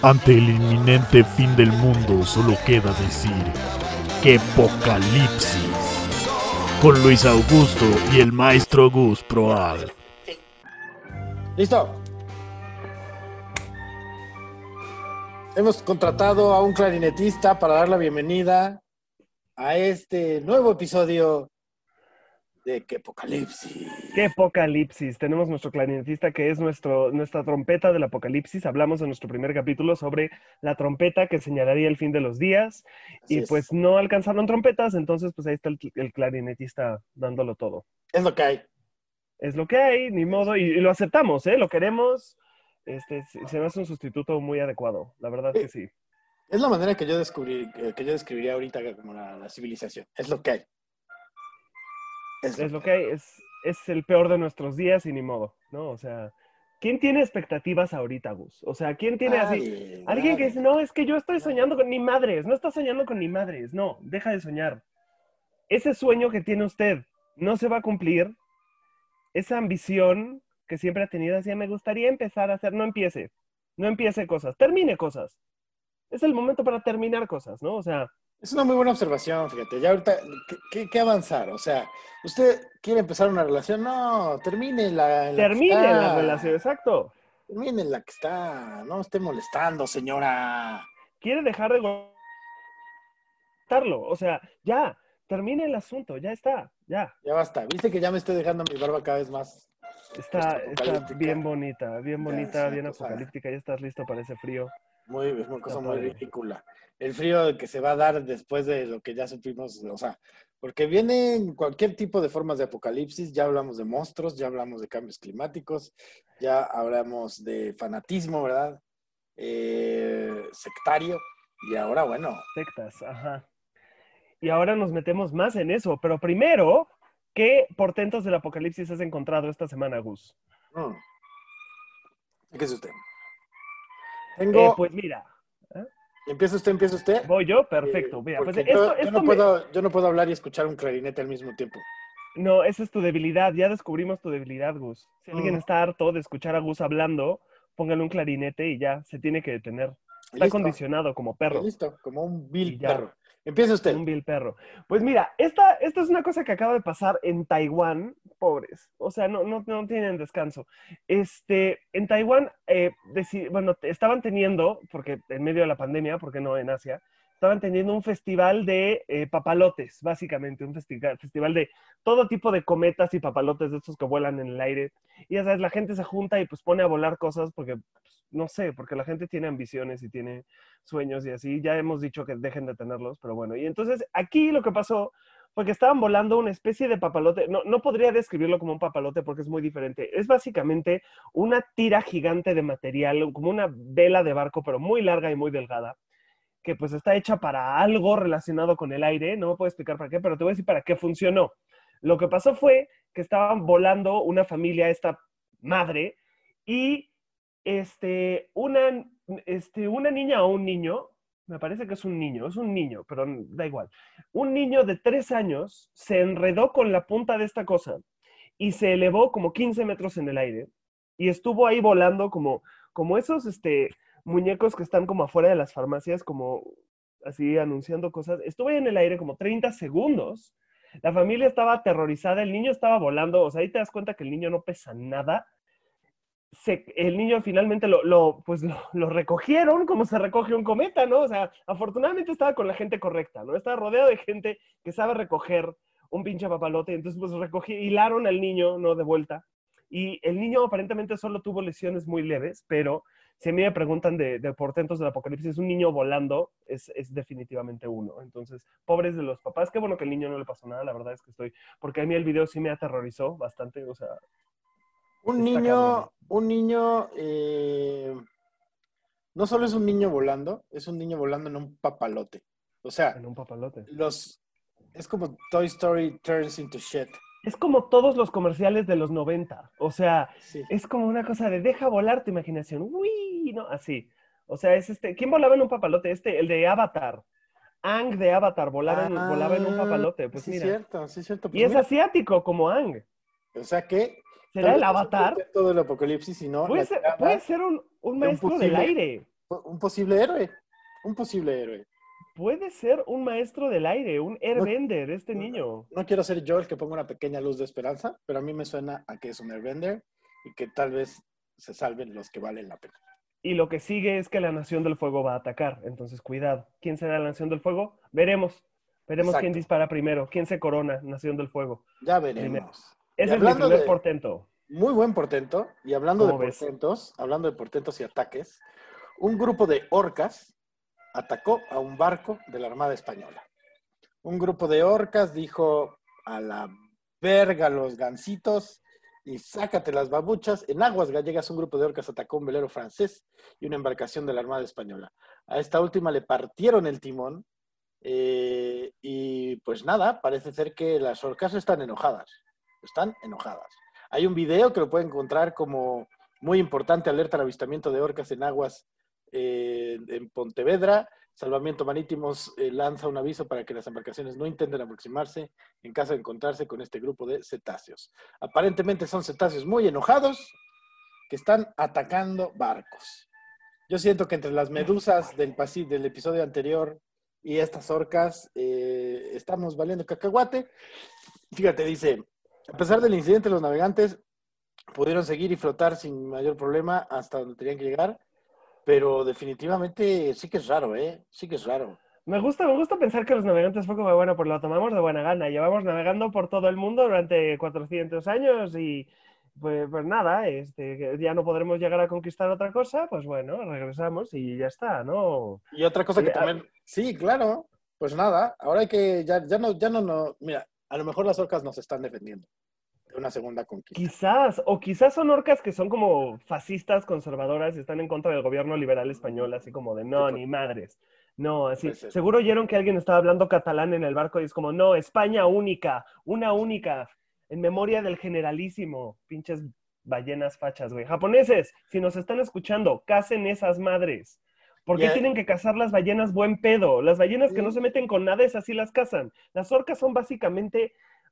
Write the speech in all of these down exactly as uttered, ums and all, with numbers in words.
Ante el inminente fin del mundo solo queda decir ¡que apocalipsis! Con Luis Augusto y el maestro Gus Proal. ¡Listo! Hemos contratado a un clarinetista para dar la bienvenida a este nuevo episodio de ¡Que apocalipsis! ¡Qué apocalipsis! Tenemos nuestro clarinetista que es nuestro, nuestra trompeta del apocalipsis. Hablamos en nuestro primer capítulo sobre la trompeta que señalaría el fin de los días. Así y es. pues no alcanzaron trompetas, entonces pues ahí está el, el clarinetista dándolo todo. Es lo que hay. Es lo que hay, ni modo, y, y lo aceptamos, ¿eh? Lo queremos. Este, se se me hace un sustituto muy adecuado, la verdad es que sí. Es la manera que yo descubrí, que que yo describiría ahorita como la, la civilización. Es lo que hay. Es lo, Es lo que hay, es, es el peor de nuestros días y ni modo, ¿no? O sea, ¿quién tiene expectativas ahorita, Gus? O sea, ¿quién tiene así? Nadie, Alguien que nadie. dice, no, es que yo estoy Nadie. soñando con ni madres, no está soñando con ni madres, no, deja de soñar. Ese sueño que tiene usted no se va a cumplir, esa ambición que siempre ha tenido, así, me gustaría empezar a hacer, no empiece, no empiece cosas, termine cosas. Es el momento para terminar cosas, ¿no? O sea, Es una muy buena observación, fíjate. Ya ahorita, ¿qué, qué, qué avanzar? O sea, ¿usted quiere empezar una relación? No, termine la, la que termine la está. relación, exacto. Termine la que está. No esté molestando, señora. Quiere dejar de gustarlo, o sea, ya, termine el asunto, ya está, ya. Ya basta. ¿Viste que ya me estoy dejando mi barba cada vez más Está, está postapocalíptica? bien bonita, bien Ya, bonita, es una bien cosa apocalíptica, ya estás listo para ese frío. muy, es una Está cosa muy padre. ridícula. El frío que se va a dar después de lo que ya supimos, o sea, porque vienen cualquier tipo de formas de apocalipsis. Ya hablamos de monstruos, ya hablamos de cambios climáticos, ya hablamos de fanatismo, ¿verdad? Eh, sectario. Y ahora, bueno, Sectas, ajá. Y ahora nos metemos más en eso, pero primero, ¿qué portentos del apocalipsis has encontrado esta semana, Gus? mm, ¿qué es usted? Eh, Tengo, pues mira, ¿eh? ¿empieza usted, empieza usted? Voy yo, Eh, perfecto. Mira, pues porque esto, yo, yo esto no me... puedo, yo no puedo hablar y escuchar un clarinete al mismo tiempo. No, esa es tu debilidad, ya descubrimos tu debilidad, Gus. Si alguien Mm, está harto de escuchar a Gus hablando, póngale un clarinete y ya, se tiene que detener. y Está listo, condicionado como y perro. listo, como un vil Y ya. perro. Empieza usted. Un vil perro. Pues mira, esta, esta es una cosa que acaba de pasar en Taiwán, pobres. O sea, no, no, no tienen descanso. Este, en Taiwán, eh, deci- bueno, estaban teniendo, porque en medio de la pandemia, porque no en Asia, estaban teniendo un festival de eh, papalotes, básicamente, un festival, festival de todo tipo de cometas y papalotes de estos que vuelan en el aire. Y ya sabes, la gente se junta y pues pone a volar cosas porque, pues, no sé, porque la gente tiene ambiciones y tiene sueños y así. Ya hemos dicho que dejen de tenerlos, pero bueno. Y entonces aquí lo que pasó fue que estaban volando una especie de papalote. No, no podría describirlo como un papalote porque es muy diferente. Es básicamente una tira gigante de material, como una vela de barco, pero muy larga y muy delgada, que pues está hecha para algo relacionado con el aire. No me puedo explicar para qué, pero te voy a decir para qué funcionó. Lo que pasó fue que estaban volando una familia, esta madre, y este, una, este, una niña o un niño, me parece que es un niño, es un niño, pero da igual. Un niño de tres años se enredó con la punta de esta cosa y se elevó como quince metros en el aire y estuvo ahí volando como, como esos este, muñecos que están como afuera de las farmacias, como así anunciando cosas. Estuvo ahí en el aire como treinta segundos. La familia estaba aterrorizada, el niño estaba volando, o sea, ahí te das cuenta que el niño no pesa nada. Se, el niño finalmente lo, lo, pues lo, lo, recogieron como se recoge un cometa, ¿no? O sea, afortunadamente estaba con la gente correcta, ¿no? Estaba rodeado de gente que sabe recoger un pinche papalote, entonces pues recogí, hilaron al niño, ¿no? De vuelta. Y el niño aparentemente solo tuvo lesiones muy leves, pero si a mí me preguntan de, de portentos del apocalipsis, un niño volando es, es definitivamente uno. Entonces, pobres de los papás, qué bueno que el niño no le pasó nada, la verdad es que estoy, porque a mí el video sí me aterrorizó bastante, o sea, Un está cabrón. niño, un niño, eh, no solo es un niño volando, es un niño volando en un papalote. O sea, En un papalote. los, es como Toy Story turns into shit. Es como todos los comerciales de los noventa. O sea, Sí. es como una cosa de deja volar tu imaginación. Uy, no, así. O sea, es este. ¿Quién volaba en un papalote? Este, el de Avatar. Ang de Avatar volaba en, volaba en un Ah, papalote. Pues sí, mira. cierto, sí, cierto. Y Pues es mira, asiático como Ang. o sea que tal ¿Será vez el no es un Avatar? portento del apocalipsis, sino Puede la ser, puede llegada ser un, un de un maestro del posible, aire. un posible héroe. Un posible héroe. Puede ser un maestro del aire, un airbender, no, este niño. No quiero ser yo el que ponga una pequeña luz de esperanza, pero a mí me suena a que es un airbender y que tal vez se salven los que valen la pena. Y lo que sigue es que la Nación del Fuego va a atacar. Entonces, cuidado. ¿Quién será la Nación del Fuego? Veremos. Veremos Exacto. quién dispara primero. ¿Quién se corona Nación del Fuego? Ya veremos. Primero. Ese es mi primer de, portento. Muy buen portento. Y hablando de ves? portentos, hablando de portentos y ataques, un grupo de orcas atacó a un barco de la Armada Española. Un grupo de orcas dijo, a la verga los gansitos y sácate las babuchas. En aguas gallegas, un grupo de orcas atacó un velero francés y una embarcación de la Armada Española. A esta última le partieron el timón eh, y pues nada, parece ser que las orcas están enojadas. Están enojadas. Hay un video que lo pueden encontrar como muy importante, alerta al avistamiento de orcas en aguas eh, en Pontevedra. Salvamento Marítimos eh, lanza un aviso para que las embarcaciones no intenten aproximarse en caso de encontrarse con este grupo de cetáceos. Aparentemente son cetáceos muy enojados que están atacando barcos. Yo siento que entre las medusas del, del episodio anterior y estas orcas eh, estamos valiendo cacahuate. Fíjate, dice, a pesar del incidente, los navegantes pudieron seguir y flotar sin mayor problema hasta donde tenían que llegar. Pero definitivamente sí que es raro, ¿eh? Sí que es raro. Me gusta, me gusta pensar que los navegantes fue como, bueno, pues lo tomamos de buena gana. Llevamos navegando por todo el mundo durante cuatrocientos años y pues, pues nada, este, ya no podremos llegar a conquistar otra cosa, pues bueno, regresamos y ya está, ¿no? Y otra cosa que Eh, también... Sí, claro. Pues nada, ahora hay que... Ya, ya no, ya no, no... Mira, a lo mejor las orcas nos están defendiendo de una segunda conquista. Quizás, o quizás son orcas que son como fascistas, conservadoras y están en contra del gobierno liberal español, así como de no, ni madres. No, así. Seguro oyeron que alguien estaba hablando catalán en el barco y es como, no, España única, una única, en memoria del generalísimo. Pinches ballenas fachas, güey. Japoneses, si nos están escuchando, cacen esas madres. ¿Por qué yeah. tienen que cazar las ballenas buen pedo? Las ballenas sí. que no se meten con nada, esas sí las cazan. Las orcas son básicamente...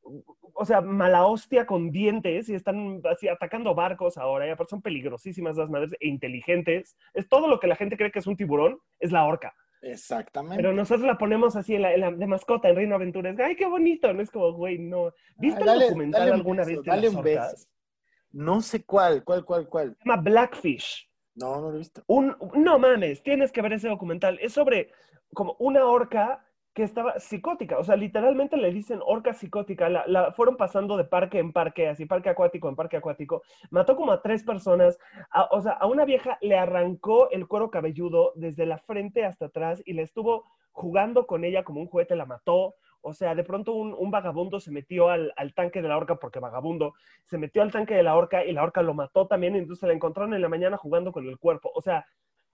O sea, mala hostia con dientes y están así atacando barcos ahora y aparte son peligrosísimas las madres e inteligentes. Es todo lo que la gente cree que es un tiburón, es la orca. Exactamente. Pero nosotros la ponemos así en la, en la de mascota en Reino Aventuras. ¡Ay, qué bonito! No es como, güey, no. ¿Viste ah, dale, el documental dale alguna beso, vez de dale las orcas? Beso. No sé cuál, cuál, cuál, cuál. Se llama Blackfish. No, no lo he visto. Un, no mames, tienes que ver ese documental. Es sobre como una orca que estaba psicótica, o sea, literalmente le dicen orca psicótica, la, la fueron pasando de parque en parque, así parque acuático en parque acuático, mató como a tres personas, a, o sea, a una vieja le arrancó el cuero cabelludo desde la frente hasta atrás y le estuvo jugando con ella como un juguete, la mató, o sea, de pronto un, un vagabundo se metió al, al tanque de la orca, porque vagabundo, se metió al tanque de la orca y la orca lo mató también, y entonces la encontraron en la mañana jugando con el cuerpo, o sea,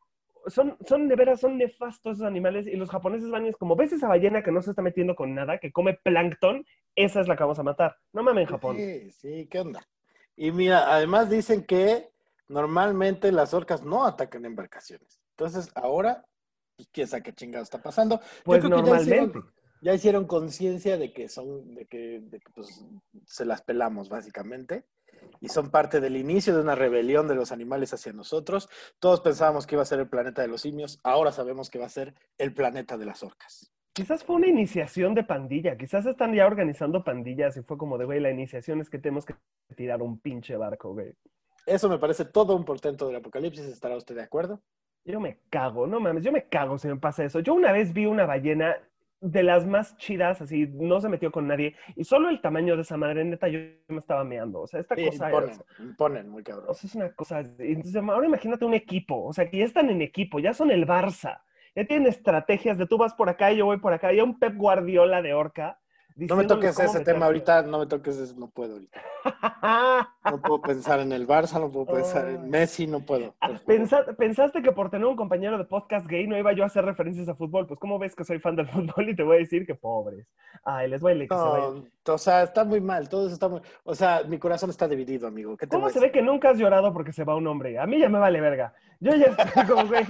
Son, son de veras, son nefastos esos animales y los japoneses van y es como, ¿ves esa ballena que no se está metiendo con nada, que come plancton? Esa es la que vamos a matar. No mames, en Japón. Sí, sí, ¿qué onda? Y mira, además dicen que normalmente las orcas no atacan embarcaciones. Entonces, ahora, pues, quién sabe qué chingado está pasando. Pues normalmente. Ya hicieron conciencia de que son, de que, de que pues, se las pelamos, básicamente. Y son parte del inicio de una rebelión de los animales hacia nosotros. Todos pensábamos que iba a ser el planeta de los simios, ahora sabemos que va a ser el planeta de las orcas. Quizás fue una iniciación de pandilla, quizás están ya organizando pandillas y fue como de, güey, la iniciación es que tenemos que tirar un pinche barco, güey. Eso me parece todo un portento del apocalipsis, ¿estará usted de acuerdo? Yo me cago, no mames, yo me cago si me pasa eso. Yo una vez vi una ballena de las más chidas, así, no se metió con nadie, y solo el tamaño de esa madre, neta, yo me estaba meando, o sea, esta sí, cosa... Imponen, es, imponen, muy cabrón. O sea, es una cosa, entonces, ahora imagínate un equipo, o sea, que ya están en equipo, ya son el Barça, ya tienen estrategias de tú vas por acá y yo voy por acá, ya un Pep Guardiola de orca. No me toques ese tema ahorita, no me toques ese, no puedo ahorita. No puedo pensar en el Barça, no puedo pensar en Messi, no puedo. Pensa, ¿Pensaste que por tener un compañero de podcast gay no iba yo a hacer referencias a fútbol? Pues ¿cómo ves que soy fan del fútbol? Y te voy a decir que pobres. Ay, les voy a leer que no, se vayan. O sea, está muy mal, todo eso está muy... O sea, mi corazón está dividido, amigo. ¿Qué te ¿Cómo voy a se decir? ve que nunca has llorado porque se va un hombre? A mí ya me vale verga. Yo ya estoy como, güey...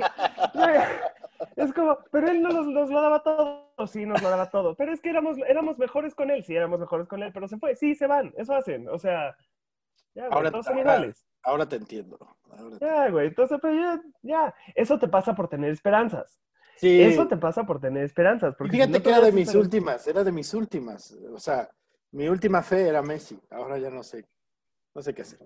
Es como, pero él no nos, nos lo daba todo, sí, nos lo daba todo, pero es que éramos, éramos mejores con él, sí, éramos mejores con él, pero se fue, sí, se van, eso hacen, o sea... Ya, güey, Ahora, todos son ahora, iguales. ahora te entiendo. Ahora te- Ya, güey, entonces, pero ya, ya. Eso te pasa por tener esperanzas. Eso Sí, te pasa por tener esperanzas, y porque si fíjate no que era de tuvieras mis esperanzas, últimas, era de mis últimas. O sea, mi última fe era Messi. Ahora ya no sé, no sé qué hacer.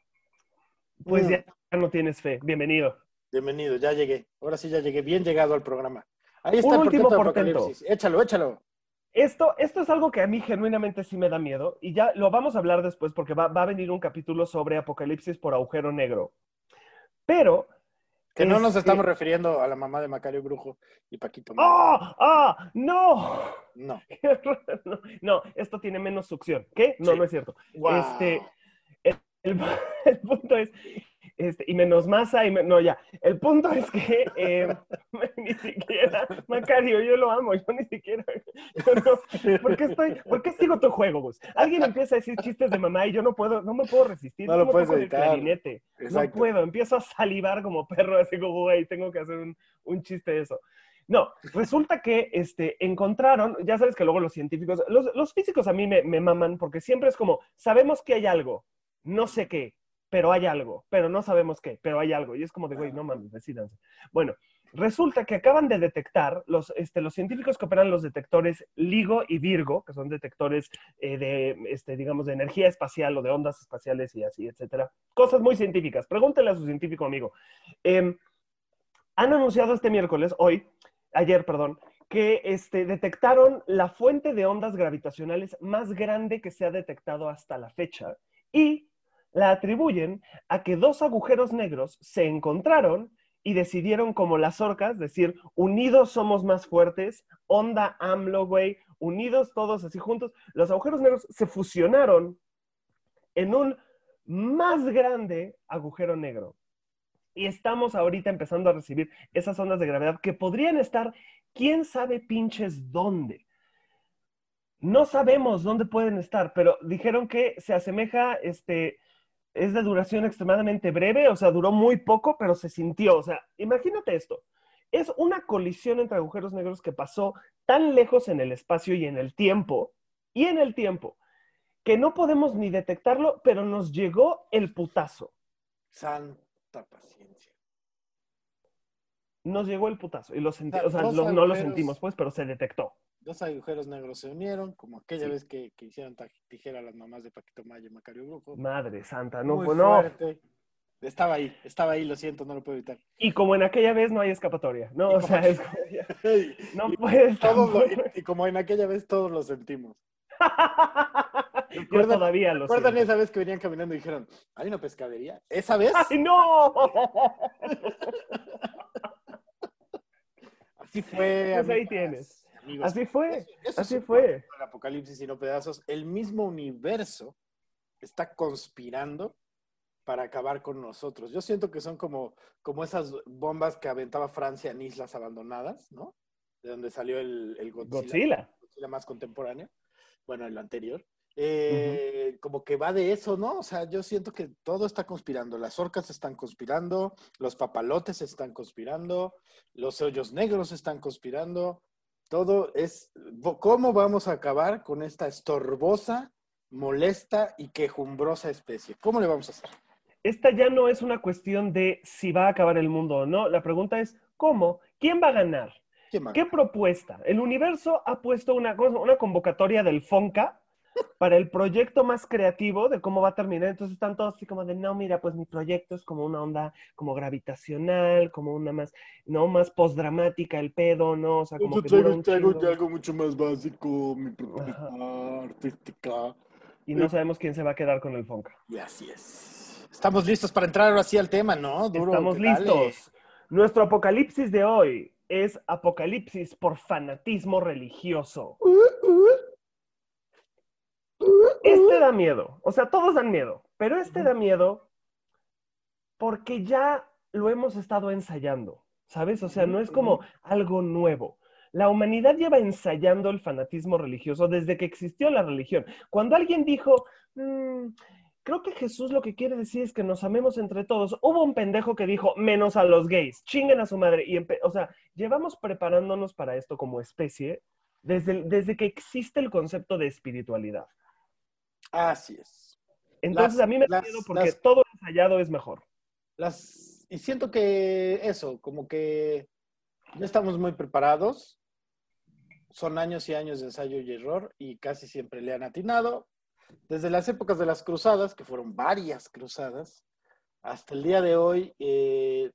pues Mm, ya no tienes fe. Bienvenido. bienvenido, ya llegué. Ahora sí ya llegué, bien llegado al programa. Ahí está Un el último portento de portento. Apocalipsis. Échalo, échalo. Esto, esto es algo que a mí genuinamente sí me da miedo y ya lo vamos a hablar después porque va, va a venir un capítulo sobre apocalipsis por agujero negro. Pero, Que no nos estamos este... refiriendo a la mamá de Macario Brujo y Paquito Maya. ¡Ah! ¡Ah! ¡No! No. No, no, esto tiene menos succión. ¿Qué? No, Sí. no es cierto. Wow. Este, el, el- el punto es, este, y menos masa, y me- no, ya. El punto es que eh, ni siquiera, Macario, yo lo amo, yo ni siquiera, yo no, ¿por qué estoy, por qué sigo tu juego, Gus? Alguien empieza a decir chistes de mamá y yo no puedo, no me puedo resistir, No es lo como puedes toco en el evitar. clarinete, no Exacto. puedo, empiezo a salivar como perro, así como, güey, tengo que hacer un, un chiste de eso. No, resulta que este, encontraron, ya sabes que luego los científicos, los, los físicos a mí me, me maman porque siempre es como, sabemos que hay algo, no sé qué, pero hay algo, pero no sabemos qué, pero hay algo. Y es como de, güey, no mames, decídanse. Bueno, resulta que acaban de detectar, los, este, los científicos que operan los detectores LIGO y Virgo, que son detectores eh, de, este, digamos, de energía espacial o de ondas espaciales y así, etcétera. Cosas muy científicas. Pregúntele a su científico amigo. Eh, han anunciado este miércoles, hoy, ayer, perdón, que este, detectaron la fuente de ondas gravitacionales más grande que se ha detectado hasta la fecha y la atribuyen a que dos agujeros negros se encontraron y decidieron como las orcas, decir, unidos somos más fuertes, onda AMLO, güey, unidos todos así juntos. Los agujeros negros se fusionaron en un más grande agujero negro. Y estamos ahorita empezando a recibir esas ondas de gravedad que podrían estar, quién sabe pinches dónde. No sabemos dónde pueden estar, pero dijeron que se asemeja, este, es de duración extremadamente breve, o sea, duró muy poco, pero se sintió. O sea, imagínate esto. Es una colisión entre agujeros negros que pasó tan lejos en el espacio y en el tiempo, y en el tiempo, que no podemos ni detectarlo, pero nos llegó el putazo. Santa paciencia. Nos llegó el putazo y lo O senti sea, o sea, dos lo, no lo sentimos, agujeros, pues, pero se detectó. dos agujeros negros se unieron, como aquella Sí. vez que, que hicieron ta- tijera a las mamás de Paquito Maya y Macario Brujo. Madre santa, no, Muy pues no. fuerte. Estaba ahí, estaba ahí, lo siento, no lo puedo evitar. Y como en aquella vez no hay escapatoria, ¿no? Y O como, sea, es como ya, no y, puedes todos lo- tampoco. y- y como en aquella vez todos lo sentimos. Yo ¿Recuerdan, todavía lo ¿recuerdan siento. esa vez que venían caminando y dijeron, ¿hay una pescadería? ¿Esa vez? ¡Ay, no! Así fue, Pues ahí tienes. amigas, amigos. Así fue, Eso, eso es así un portento fue. del apocalipsis y no pedazos. El mismo universo está conspirando para acabar con nosotros. Yo siento que son como, como esas bombas que aventaba Francia en islas abandonadas, ¿no? De donde salió el, el Godzilla, Godzilla. Godzilla más contemporáneo, bueno, el anterior. Ujú. Eh, como que va de eso, ¿no? O sea, yo siento que todo está conspirando. Las orcas están conspirando, los papalotes están conspirando, los hoyos negros están conspirando. Todo es, ¿cómo vamos a acabar con esta estorbosa, molesta y quejumbrosa especie? ¿Cómo le vamos a hacer? Esta ya no es una cuestión de si va a acabar el mundo o no. La pregunta es, ¿cómo? ¿Quién va a ganar? ¿Quién va a ¿Qué ganar? propuesta? El universo ha puesto una, una convocatoria del FONCA para el proyecto más creativo de cómo va a terminar. Entonces están todos así como de, no, mira, pues mi proyecto es como una onda como gravitacional, como una más, no, más postdramática el pedo, ¿no? O sea, como Yo que dura traigo, un traigo chingo. algo mucho más básico, mi Ajá. propuesta artística. Y Eh, no sabemos quién se va a quedar con el FONCA. Y así es. Estamos listos para entrar ahora sí al tema, ¿no? Duro Estamos que dale. listos. Nuestro apocalipsis de hoy es apocalipsis por fanatismo religioso. Este da miedo, o sea, todos dan miedo, pero este da miedo porque ya lo hemos estado ensayando, ¿sabes? O sea, no es como algo nuevo. La humanidad lleva ensayando el fanatismo religioso desde que existió la religión. Cuando alguien dijo, mmm, creo que Jesús lo que quiere decir es que nos amemos entre todos, hubo un pendejo que dijo, menos a los gays, chinguen a su madre. Y o sea, llevamos preparándonos para esto como especie desde, desde que existe el concepto de espiritualidad. Así es. Entonces Las, a mí me da miedo las, porque las, todo ensayado es mejor. las, y siento que eso, como que ya estamos muy preparados. Son años y años de ensayo y error y casi siempre le han atinado. Desde las épocas de las cruzadas, que fueron varias cruzadas, hasta el día de hoy, eh,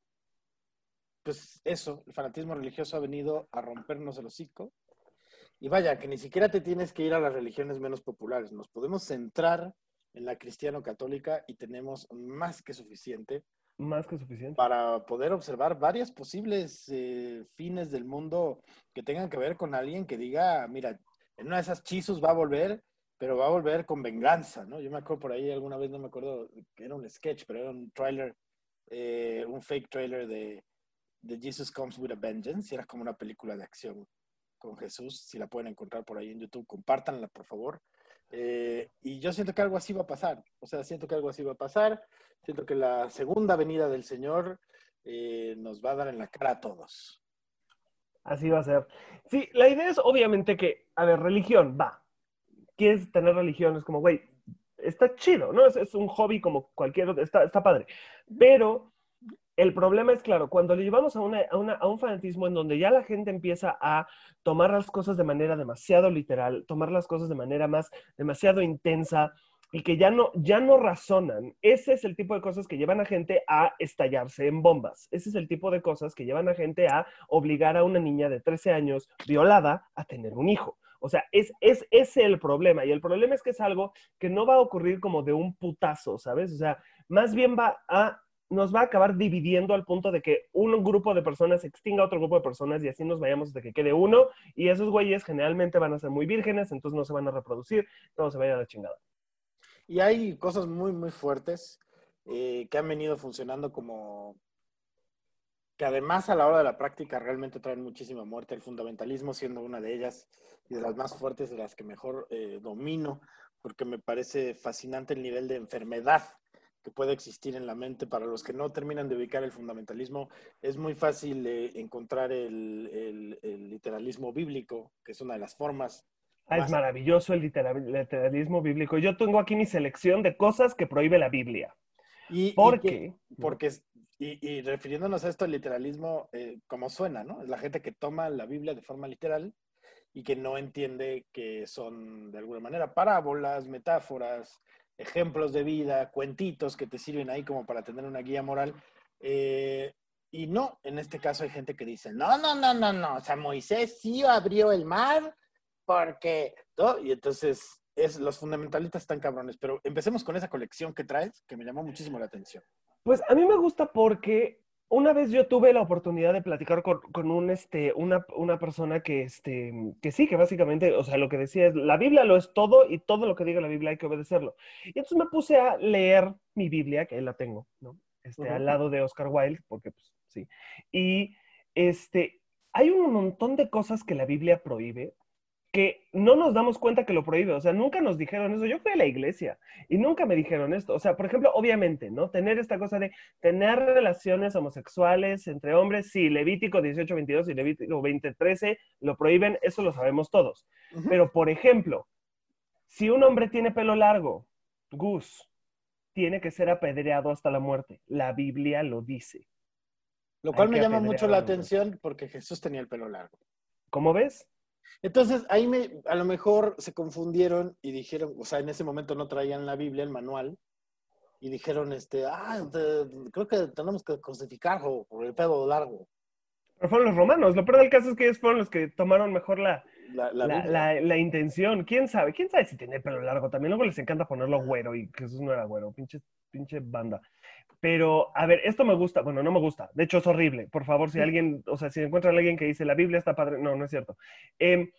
pues eso, el fanatismo religioso ha venido a rompernos el hocico. Y vaya, que ni siquiera te tienes que ir a las religiones menos populares. Nos podemos centrar en la cristiano-católica y tenemos más que suficiente Más que suficiente. para poder observar varias posibles eh, fines del mundo que tengan que ver con alguien que diga, mira, en una de esas Chisus va a volver, pero va a volver con venganza, ¿no? Yo me acuerdo por ahí alguna vez, no me acuerdo, que era un sketch, pero era un trailer, eh, un fake trailer de, de Jesus Comes with a Vengeance, y era como una película de acción con Jesús. Si la pueden encontrar por ahí en YouTube, compártanla, por favor. Eh, y yo siento que algo así va a pasar. O sea, siento que algo así va a pasar. Siento que la segunda venida del Señor eh, nos va a dar en la cara a todos. Así va a ser. Sí, la idea es obviamente que, a ver, religión, va. Quieres tener religión, es como, güey, está chido, ¿no? Es, es un hobby como cualquier otro, está, está padre. Pero el problema es, claro, cuando le llevamos a, una, a, una, a un fanatismo en donde ya la gente empieza a tomar las cosas de manera demasiado literal, tomar las cosas de manera más, demasiado intensa, y que ya no, ya no razonan. Ese es el tipo de cosas que llevan a gente a estallarse en bombas. Ese es el tipo de cosas que llevan a gente a obligar a una niña de trece años violada a tener un hijo. O sea, es, es ese el problema. Y el problema es que es algo que no va a ocurrir como de un putazo, ¿sabes? O sea, más bien va a, nos va a acabar dividiendo al punto de que un grupo de personas extinga a otro grupo de personas y así nos vayamos hasta que quede uno. Y esos güeyes generalmente van a ser muy vírgenes, entonces no se van a reproducir, todo se va a ir a la chingada. Y hay cosas muy, muy fuertes eh, que han venido funcionando como que además a la hora de la práctica realmente traen muchísima muerte. El fundamentalismo siendo una de ellas y de las más fuertes, de las que mejor eh, domino, porque me parece fascinante el nivel de enfermedad que puede existir en la mente. Para los que no terminan de ubicar el fundamentalismo, es muy fácil eh, encontrar el, el, el literalismo bíblico, que es una de las formas. Ah, es maravilloso el literalismo bíblico. Yo tengo aquí mi selección de cosas que prohíbe la Biblia. Y, ¿Por y que, qué? porque, y, y refiriéndonos a esto, el literalismo, eh, como suena, ¿no? Es la gente que toma la Biblia de forma literal y que no entiende que son, de alguna manera, parábolas, metáforas, ejemplos de vida, cuentitos que te sirven ahí como para tener una guía moral. Eh, y no, en este caso hay gente que dice, no, no, no, no, no, o sea, Moisés sí abrió el mar porque, ¿no? Y entonces es, los fundamentalistas están cabrones, pero empecemos con esa colección que traes, que me llamó muchísimo la atención. Pues a mí me gusta porque una vez yo tuve la oportunidad de platicar con, con un, este, una, una persona que, este, que sí, que básicamente, o sea, lo que decía es, la Biblia lo es todo y todo lo que diga la Biblia hay que obedecerlo. Y entonces me puse a leer mi Biblia, que ahí la tengo, ¿no? Este, uh-huh. Al lado de Oscar Wilde, porque pues sí. Y este, hay un montón de cosas que la Biblia prohíbe, que no nos damos cuenta que lo prohíbe. O sea, nunca nos dijeron eso. Yo fui a la iglesia y nunca me dijeron esto. O sea, por ejemplo, obviamente, ¿no? Tener esta cosa de tener relaciones homosexuales entre hombres, sí, Levítico dieciocho veintidós y Levítico veinte trece lo prohíben, eso lo sabemos todos. Uh-huh. Pero, por ejemplo, si un hombre tiene pelo largo, Gus, tiene que ser apedreado hasta la muerte. La Biblia lo dice. Lo cual me llama mucho la atención porque Jesús tenía el pelo largo. ¿Cómo ves? Entonces, ahí me, a lo mejor se confundieron y dijeron, o sea, en ese momento no traían la Biblia, el manual, y dijeron, este, ah, te, creo que tenemos que crucificarlo por el pelo largo. Pero fueron los romanos. Lo peor del caso es que ellos fueron los que tomaron mejor la, la, la, la, la, la intención. ¿Quién sabe? ¿Quién sabe si tiene el pelo largo? También luego les encanta ponerlo güero y Jesús no era güero. Pinche, pinche banda. Pero, a ver, esto me gusta. Bueno, no me gusta. De hecho, es horrible. Por favor, si alguien, o sea, si encuentran a alguien que dice, la Biblia está padre. No, no es cierto. Eh,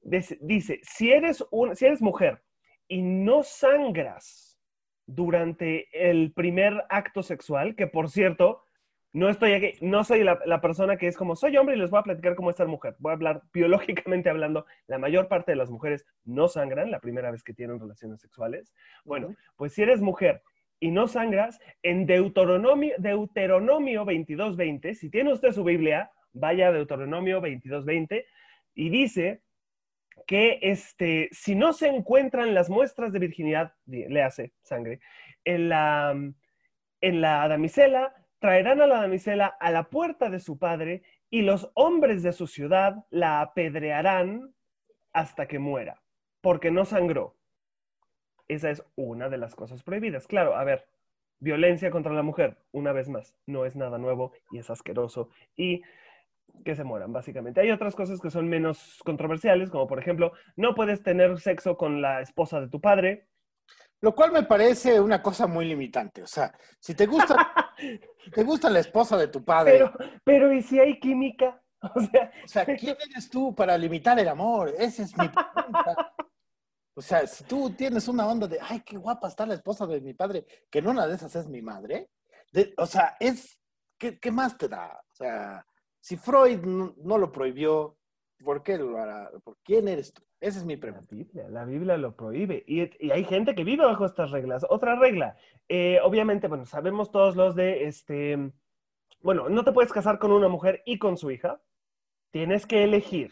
dice, si eres, un, si eres mujer y no sangras durante el primer acto sexual, que por cierto, no estoy aquí, no soy la, la persona que es como, soy hombre y les voy a platicar cómo es ser mujer. Voy a hablar biológicamente hablando. La mayor parte de las mujeres no sangran la primera vez que tienen relaciones sexuales. Bueno, uh-huh. Pues si eres mujer y no sangras, en Deuteronomio, Deuteronomio veintidós veinte, si tiene usted su Biblia, vaya a Deuteronomio veintidós veinte, y dice que este, si no se encuentran las muestras de virginidad, le hace sangre, en la, en la damisela, traerán a la damisela a la puerta de su padre y los hombres de su ciudad la apedrearán hasta que muera, porque no sangró. Esa es una de las cosas prohibidas. Claro, a ver, violencia contra la mujer, una vez más, no es nada nuevo y es asqueroso y que se mueran, básicamente. Hay otras cosas que son menos controversiales, como por ejemplo, no puedes tener sexo con la esposa de tu padre. Lo cual me parece una cosa muy limitante. O sea, si te gusta, si te gusta la esposa de tu padre. Pero, pero ¿y si hay química? O sea, o sea, ¿quién eres tú para limitar el amor? Esa es mi pregunta. O sea, si tú tienes una onda de, ay, qué guapa está la esposa de mi padre, que en una de esas es mi madre. De, o sea, es, ¿qué, ¿qué más te da? O sea, si Freud no, no lo prohibió, ¿por qué lo hará? ¿Por quién eres tú? Esa es mi la pregunta. Biblia, la Biblia lo prohíbe. Y, y hay gente que vive bajo estas reglas. Otra regla, eh, obviamente, bueno, sabemos todos los de, este, bueno, no te puedes casar con una mujer y con su hija. Tienes que elegir.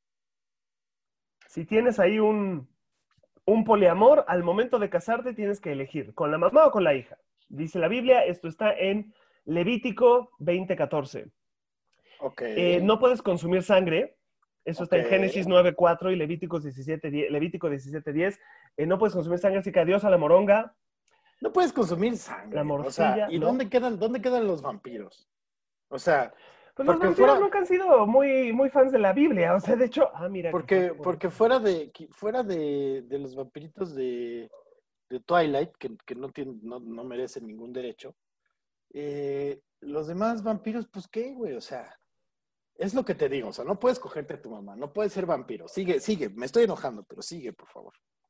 Si tienes ahí un, un poliamor, al momento de casarte tienes que elegir, ¿con la mamá o con la hija? Dice la Biblia, esto está en Levítico veinte catorce. Ok. Eh, no puedes consumir sangre, eso Ok. está en Génesis nueve cuatro y Levítico diecisiete diez. Levítico diecisiete diez. Eh, no puedes consumir sangre, así que adiós a la moronga. No puedes consumir sangre. La O sea, morcilla, ¿y ¿no? dónde quedan, dónde quedan los vampiros? O sea, Pues los porque vampiros fuera, nunca han sido muy, muy fans de la Biblia, o sea, de hecho, ah, mira, quizás porque, por porque eso. fuera de, fuera de, de los vampiritos de, de Twilight, que, que no, tienen, no, no merecen ningún derecho, eh, los demás vampiros, pues qué, güey, o sea, es lo que te digo, o sea, no puedes cogerte a tu mamá, no puedes ser vampiro. Sigue, sigue, me estoy enojando, pero sigue, por favor.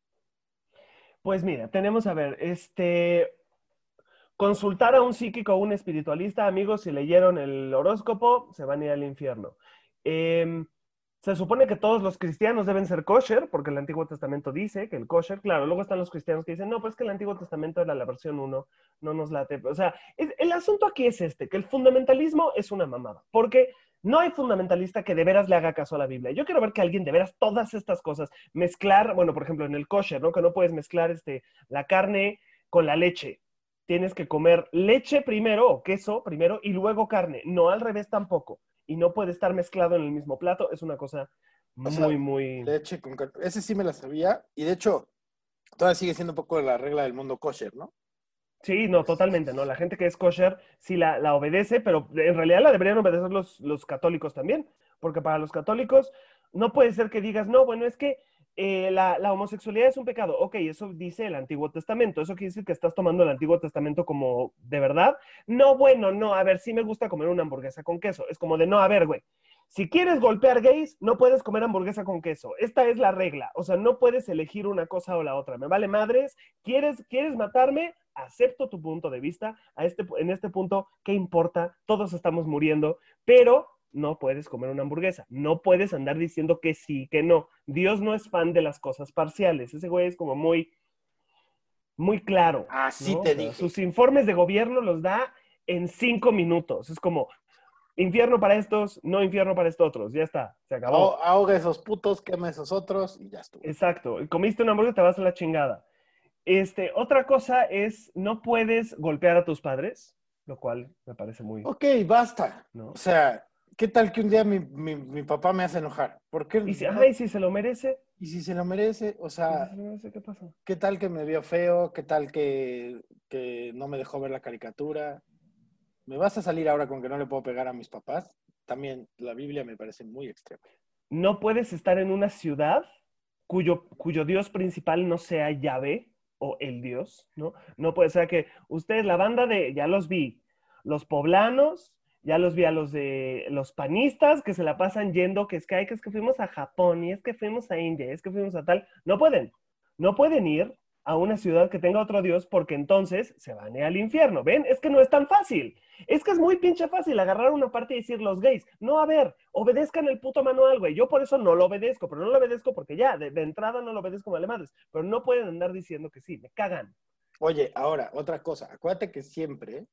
Pues mira, tenemos a ver, este, consultar a un psíquico o un espiritualista, amigos, si leyeron el horóscopo, se van a ir al infierno. Eh, se supone que todos los cristianos deben ser kosher, porque el Antiguo Testamento dice que el kosher, claro, luego están los cristianos que dicen, no, pues que el Antiguo Testamento era la versión uno, no nos late. O sea, es, el asunto aquí es este, que el fundamentalismo es una mamada, porque no hay fundamentalista que de veras le haga caso a la Biblia. Yo quiero ver que alguien de veras todas estas cosas, mezclar, bueno, por ejemplo, en el kosher, ¿no? Que no puedes mezclar este, la carne con la leche. Tienes que comer leche primero o queso primero y luego carne, no al revés tampoco. Y no puede estar mezclado en el mismo plato, es una cosa O sea, muy, muy... leche con... car- Ese sí me la sabía, y de hecho, todavía sigue siendo un poco la regla del mundo kosher, ¿no? Sí, no, totalmente, ¿no? La gente que es kosher sí la, la obedece, pero en realidad la deberían obedecer los, los católicos también, porque para los católicos no puede ser que digas, no, bueno, es que eh, la, la homosexualidad es un pecado. Ok, eso dice el Antiguo Testamento, eso quiere decir que estás tomando el Antiguo Testamento como de verdad. No, bueno, no, a ver, sí me gusta comer una hamburguesa con queso. Es como de, no, a ver, güey, si quieres golpear gays, no puedes comer hamburguesa con queso. Esta es la regla. O sea, no puedes elegir una cosa o la otra. Me vale madres. ¿Quieres, quieres matarme? Acepto tu punto de vista. A este, en este punto, ¿qué importa? Todos estamos muriendo, pero no puedes comer una hamburguesa. No puedes andar diciendo que sí, que no. Dios no es fan de las cosas parciales. Ese güey es como muy, muy claro, Así ¿no? O te sea, dije. sus informes de gobierno los da en cinco minutos. Es como, infierno para estos, no infierno para estos otros. Ya está, se acabó. Aho- Ahoga esos putos, quema esos otros, y ya estuvo. Exacto. Comiste una hamburguesa, te vas a la chingada. Este, otra cosa es, no puedes golpear a tus padres, lo cual me parece muy, Ok, basta. O ¿no? sea, ¿qué tal que un día mi, mi, mi papá me hace enojar? ¿Por qué Y si, no? ay, si se lo merece, Y si se lo merece, o y si sea, se lo merece, ¿qué pasa? ¿qué tal que me vio feo? ¿Qué tal que, que no me dejó ver la caricatura? ¿Me vas a salir ahora con que no le puedo pegar a mis papás? También la Biblia me parece muy extrema. No puedes estar en una ciudad cuyo, cuyo dios principal no sea Yahvé o el dios, ¿no? No puede ser que ustedes, la banda de, ya los vi, los poblanos, ya los vi a los de los panistas que se la pasan yendo, que es que hay que es que fuimos a Japón y es que fuimos a India, es que fuimos a tal. No pueden, no pueden ir a una ciudad que tenga otro dios porque entonces se van a ir al infierno. ¿Ven? Es que no es tan fácil. Es que es muy pinche fácil agarrar una parte y decir los gays. No, a ver, obedezcan el puto manual, güey. Yo por eso no lo obedezco, pero no lo obedezco porque ya, de, de entrada no lo obedezco vale madres. Pero no pueden andar diciendo que sí, me cagan. Oye, ahora, otra cosa. Acuérdate que siempre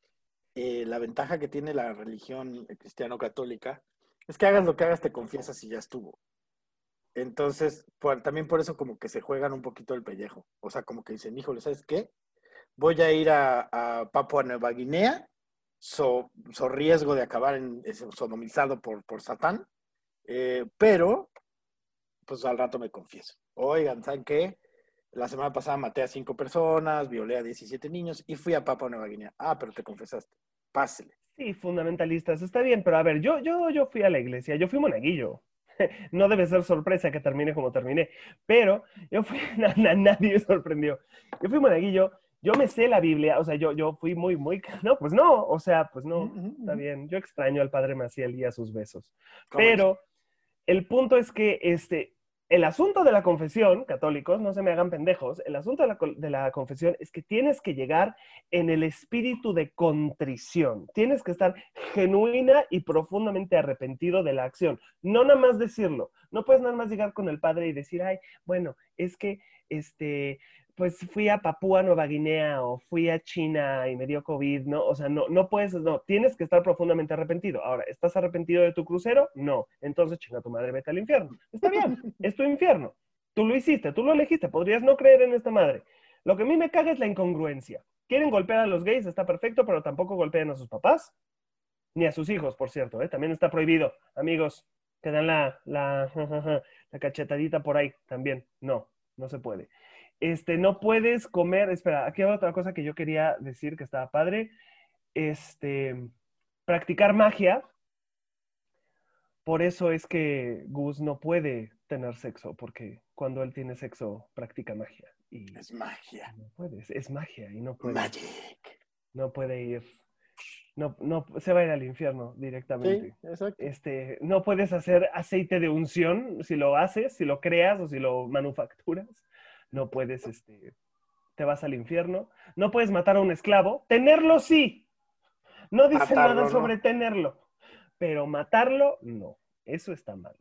eh, la ventaja que tiene la religión cristiano-católica es que hagas lo que hagas, te confiesas y ya estuvo. Entonces, por- también por eso como que se juegan un poquito el pellejo. O sea, como que dicen, híjole, ¿sabes qué? Voy a ir a, a Papua Nueva Guinea, so, so riesgo de acabar en, es- sodomizado por, por Satán, eh, pero pues al rato me confieso. Oigan, ¿saben qué? La semana pasada maté a cinco personas, violé a diecisiete niños y fui a Papua Nueva Guinea. Ah, pero te confesaste. Pásele. Sí, fundamentalistas, está bien, pero a ver, yo, yo, yo fui a la iglesia, yo fui monaguillo. No debe ser sorpresa que termine como terminé, pero yo fui, na- na- nadie me sorprendió. Yo fui monaguillo, yo me sé la Biblia, o sea, yo, yo fui muy, muy, no, pues no, o sea, pues Ujú, no, ujú, está ujú. bien. Yo extraño al padre Maciel y a sus besos. ¿Cómo no? Pero el punto es que este, el asunto de la confesión, católicos, no se me hagan pendejos, el asunto de la, co- de la confesión es que tienes que llegar en el espíritu de contrición. Tienes que estar genuina y profundamente arrepentido de la acción. No nada más decirlo. No puedes nada más llegar con el padre y decir, ay, bueno, es que este, pues fui a Papúa Nueva Guinea o fui a China y me dio COVID, ¿no? O sea, no, no puedes, no, tienes que estar profundamente arrepentido. Ahora, ¿estás arrepentido de tu crucero? No. Entonces, chinga tu madre, vete al infierno. Está bien, es tu infierno. Tú lo hiciste, tú lo elegiste, podrías no creer en esta madre. Lo que a mí me caga es la incongruencia. Quieren golpear a los gays, está perfecto, pero tampoco golpean a sus papás, ni a sus hijos, por cierto, ¿eh? También está prohibido, amigos, que dan la, la, la cachetadita por ahí, también, no, no se puede. Este, no puedes comer, espera, aquí hay otra cosa que yo quería decir que estaba padre, este, practicar magia, por eso es que Gus no puede tener sexo, porque cuando él tiene sexo practica magia, y Es magia. no puede, es, es magia, y no puede, Magic. no puede ir. No, no, se va a ir al infierno Sí, directamente. exacto. Este, no puedes hacer aceite de unción si lo haces, si lo creas o si lo manufacturas. No puedes, este, te vas al infierno. No puedes matar a un esclavo. Tenerlo sí. No dice nada Matarlo, sobre ¿no? tenerlo. Pero matarlo, no. Eso está mal.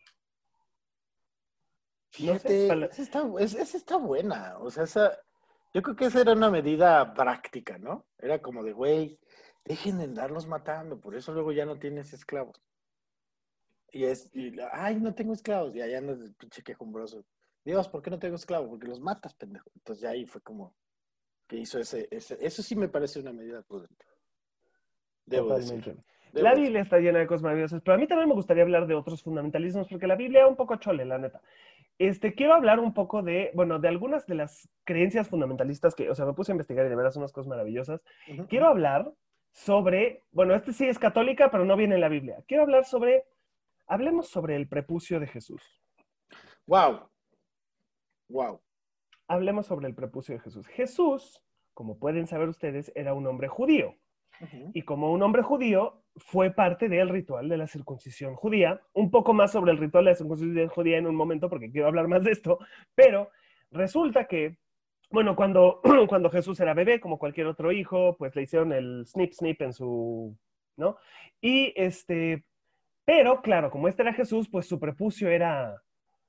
No sé. Fíjate, Para... esa está, es- esa está buena. O sea, esa, yo creo que esa era una medida práctica, ¿no? Era como de, güey, dejen de andarlos matando, por eso luego ya no tienes esclavos. Y es, y, ay, no tengo esclavos, y allá andas de pinche quejumbroso. Dios, ¿por qué no tengo esclavos? Porque los matas, pendejo. Entonces ya ahí fue como que hizo ese, ese, eso sí me parece una medida prudente. Debo decir, Totalmente. debo La decir. Biblia está llena de cosas maravillosas, pero a mí también me gustaría hablar de otros fundamentalismos, porque la Biblia es un poco chole, la neta. Este, quiero hablar un poco de, bueno, de algunas de las creencias fundamentalistas que, o sea, me puse a investigar y de veras unas cosas maravillosas. Ujú, Quiero ujú. hablar sobre, bueno, este sí es católica, pero no viene en la Biblia. Quiero hablar sobre, hablemos sobre el prepucio de Jesús. Wow, wow. Hablemos sobre el prepucio de Jesús. Jesús, como pueden saber ustedes, era un hombre judío. Ujú. Y como un hombre judío, fue parte del ritual de la circuncisión judía. Un poco más sobre el ritual de la circuncisión judía en un momento, porque quiero hablar más de esto, pero resulta que, bueno, cuando, cuando Jesús era bebé, como cualquier otro hijo, pues le hicieron el snip snip en su, ¿no? Y este, pero claro, como este era Jesús, pues su prepucio era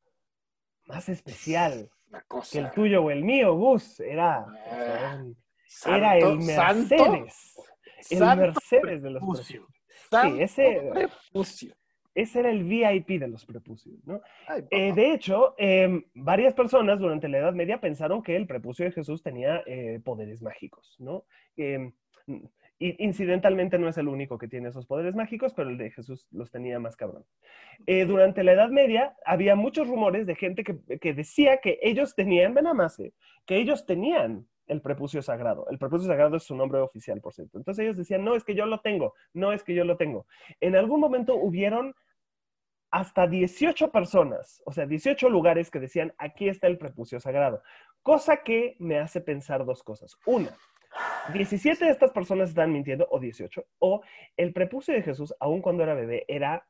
más especial Una que el cosa. tuyo o el mío, Gus. Era, o sea, era, Ah, un- era el santo, santo, Mercedes, el santo Mercedes de los prepucio. prepucios. Sí, Santo ese, prepucio. ese era el V I P de los prepucios, ¿no? Ay, Eh, papá. de hecho, eh, varias personas durante la Edad Media pensaron que el prepucio de Jesús tenía eh, poderes mágicos, ¿no? Eh, incidentalmente no es el único que tiene esos poderes mágicos, pero el de Jesús los tenía más cabrón. Eh, durante la Edad Media había muchos rumores de gente que, que decía que ellos tenían, ven a más, eh, que ellos tenían el prepucio sagrado. El prepucio sagrado es su nombre oficial, por cierto. Entonces ellos decían, no, es que yo lo tengo, no es que yo lo tengo. En algún momento hubieron hasta dieciocho personas, o sea, dieciocho lugares que decían, aquí está el prepucio sagrado. Cosa que me hace pensar dos cosas. Una, diecisiete de estas personas están mintiendo, o dieciocho, o el prepucio de Jesús, aun cuando era bebé, era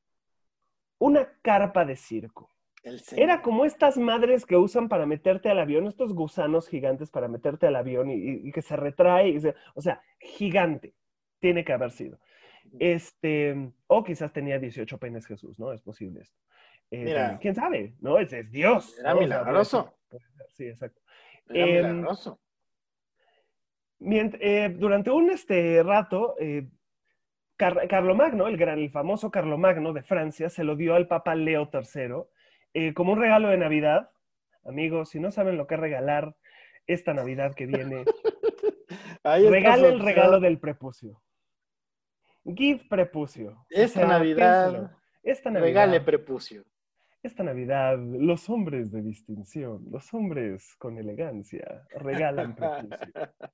una carpa de circo. El Era semen. como estas madres que usan para meterte al avión, estos gusanos gigantes para meterte al avión y, y que se retrae, y se, o sea, gigante, tiene que haber sido. Este, o quizás tenía dieciocho penes Jesús, ¿no? Es posible esto. Eh, también, Mira, quién sabe, ¿no? Es, es Dios, era ¿no? O sea, puede ser, milagroso. puede ser, sí, exacto. Era Eh, milagroso. mient- eh, durante un este, rato, eh, Car Carlomagno, el gran, el famoso Carlomagno de Francia, se lo dio al Papa Leo tercero eh, como un regalo de Navidad. Amigos, si no saben lo que es regalar esta Navidad que viene, Ahí está su regale el regalo opción. del prepucio. Give prepucio. O Esta sea, Navidad, piénselo. Esta regale Navidad, prepucio. esta Navidad, los hombres de distinción, los hombres con elegancia, regalan prepucio.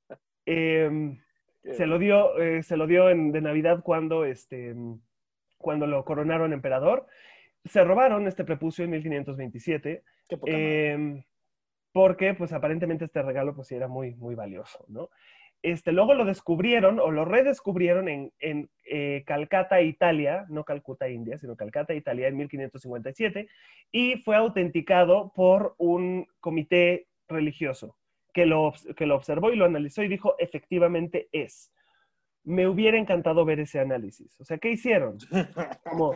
Eh, Qué se lo rico. dio, eh, se lo dio en, de Navidad cuando, este, cuando lo coronaron emperador. Se robaron este prepucio en mil quinientos veintisiete, Qué poca madre. eh, porque pues aparentemente este regalo pues sí era muy, muy valioso, ¿no? Este, luego lo descubrieron o lo redescubrieron en, en eh, Calcata, Italia, no Calcuta, India, sino Calcata, Italia, en mil quinientos cincuenta y siete, y fue autenticado por un comité religioso que lo, que lo observó y lo analizó y dijo, efectivamente es. Me hubiera encantado ver ese análisis. O sea, ¿qué hicieron? Como,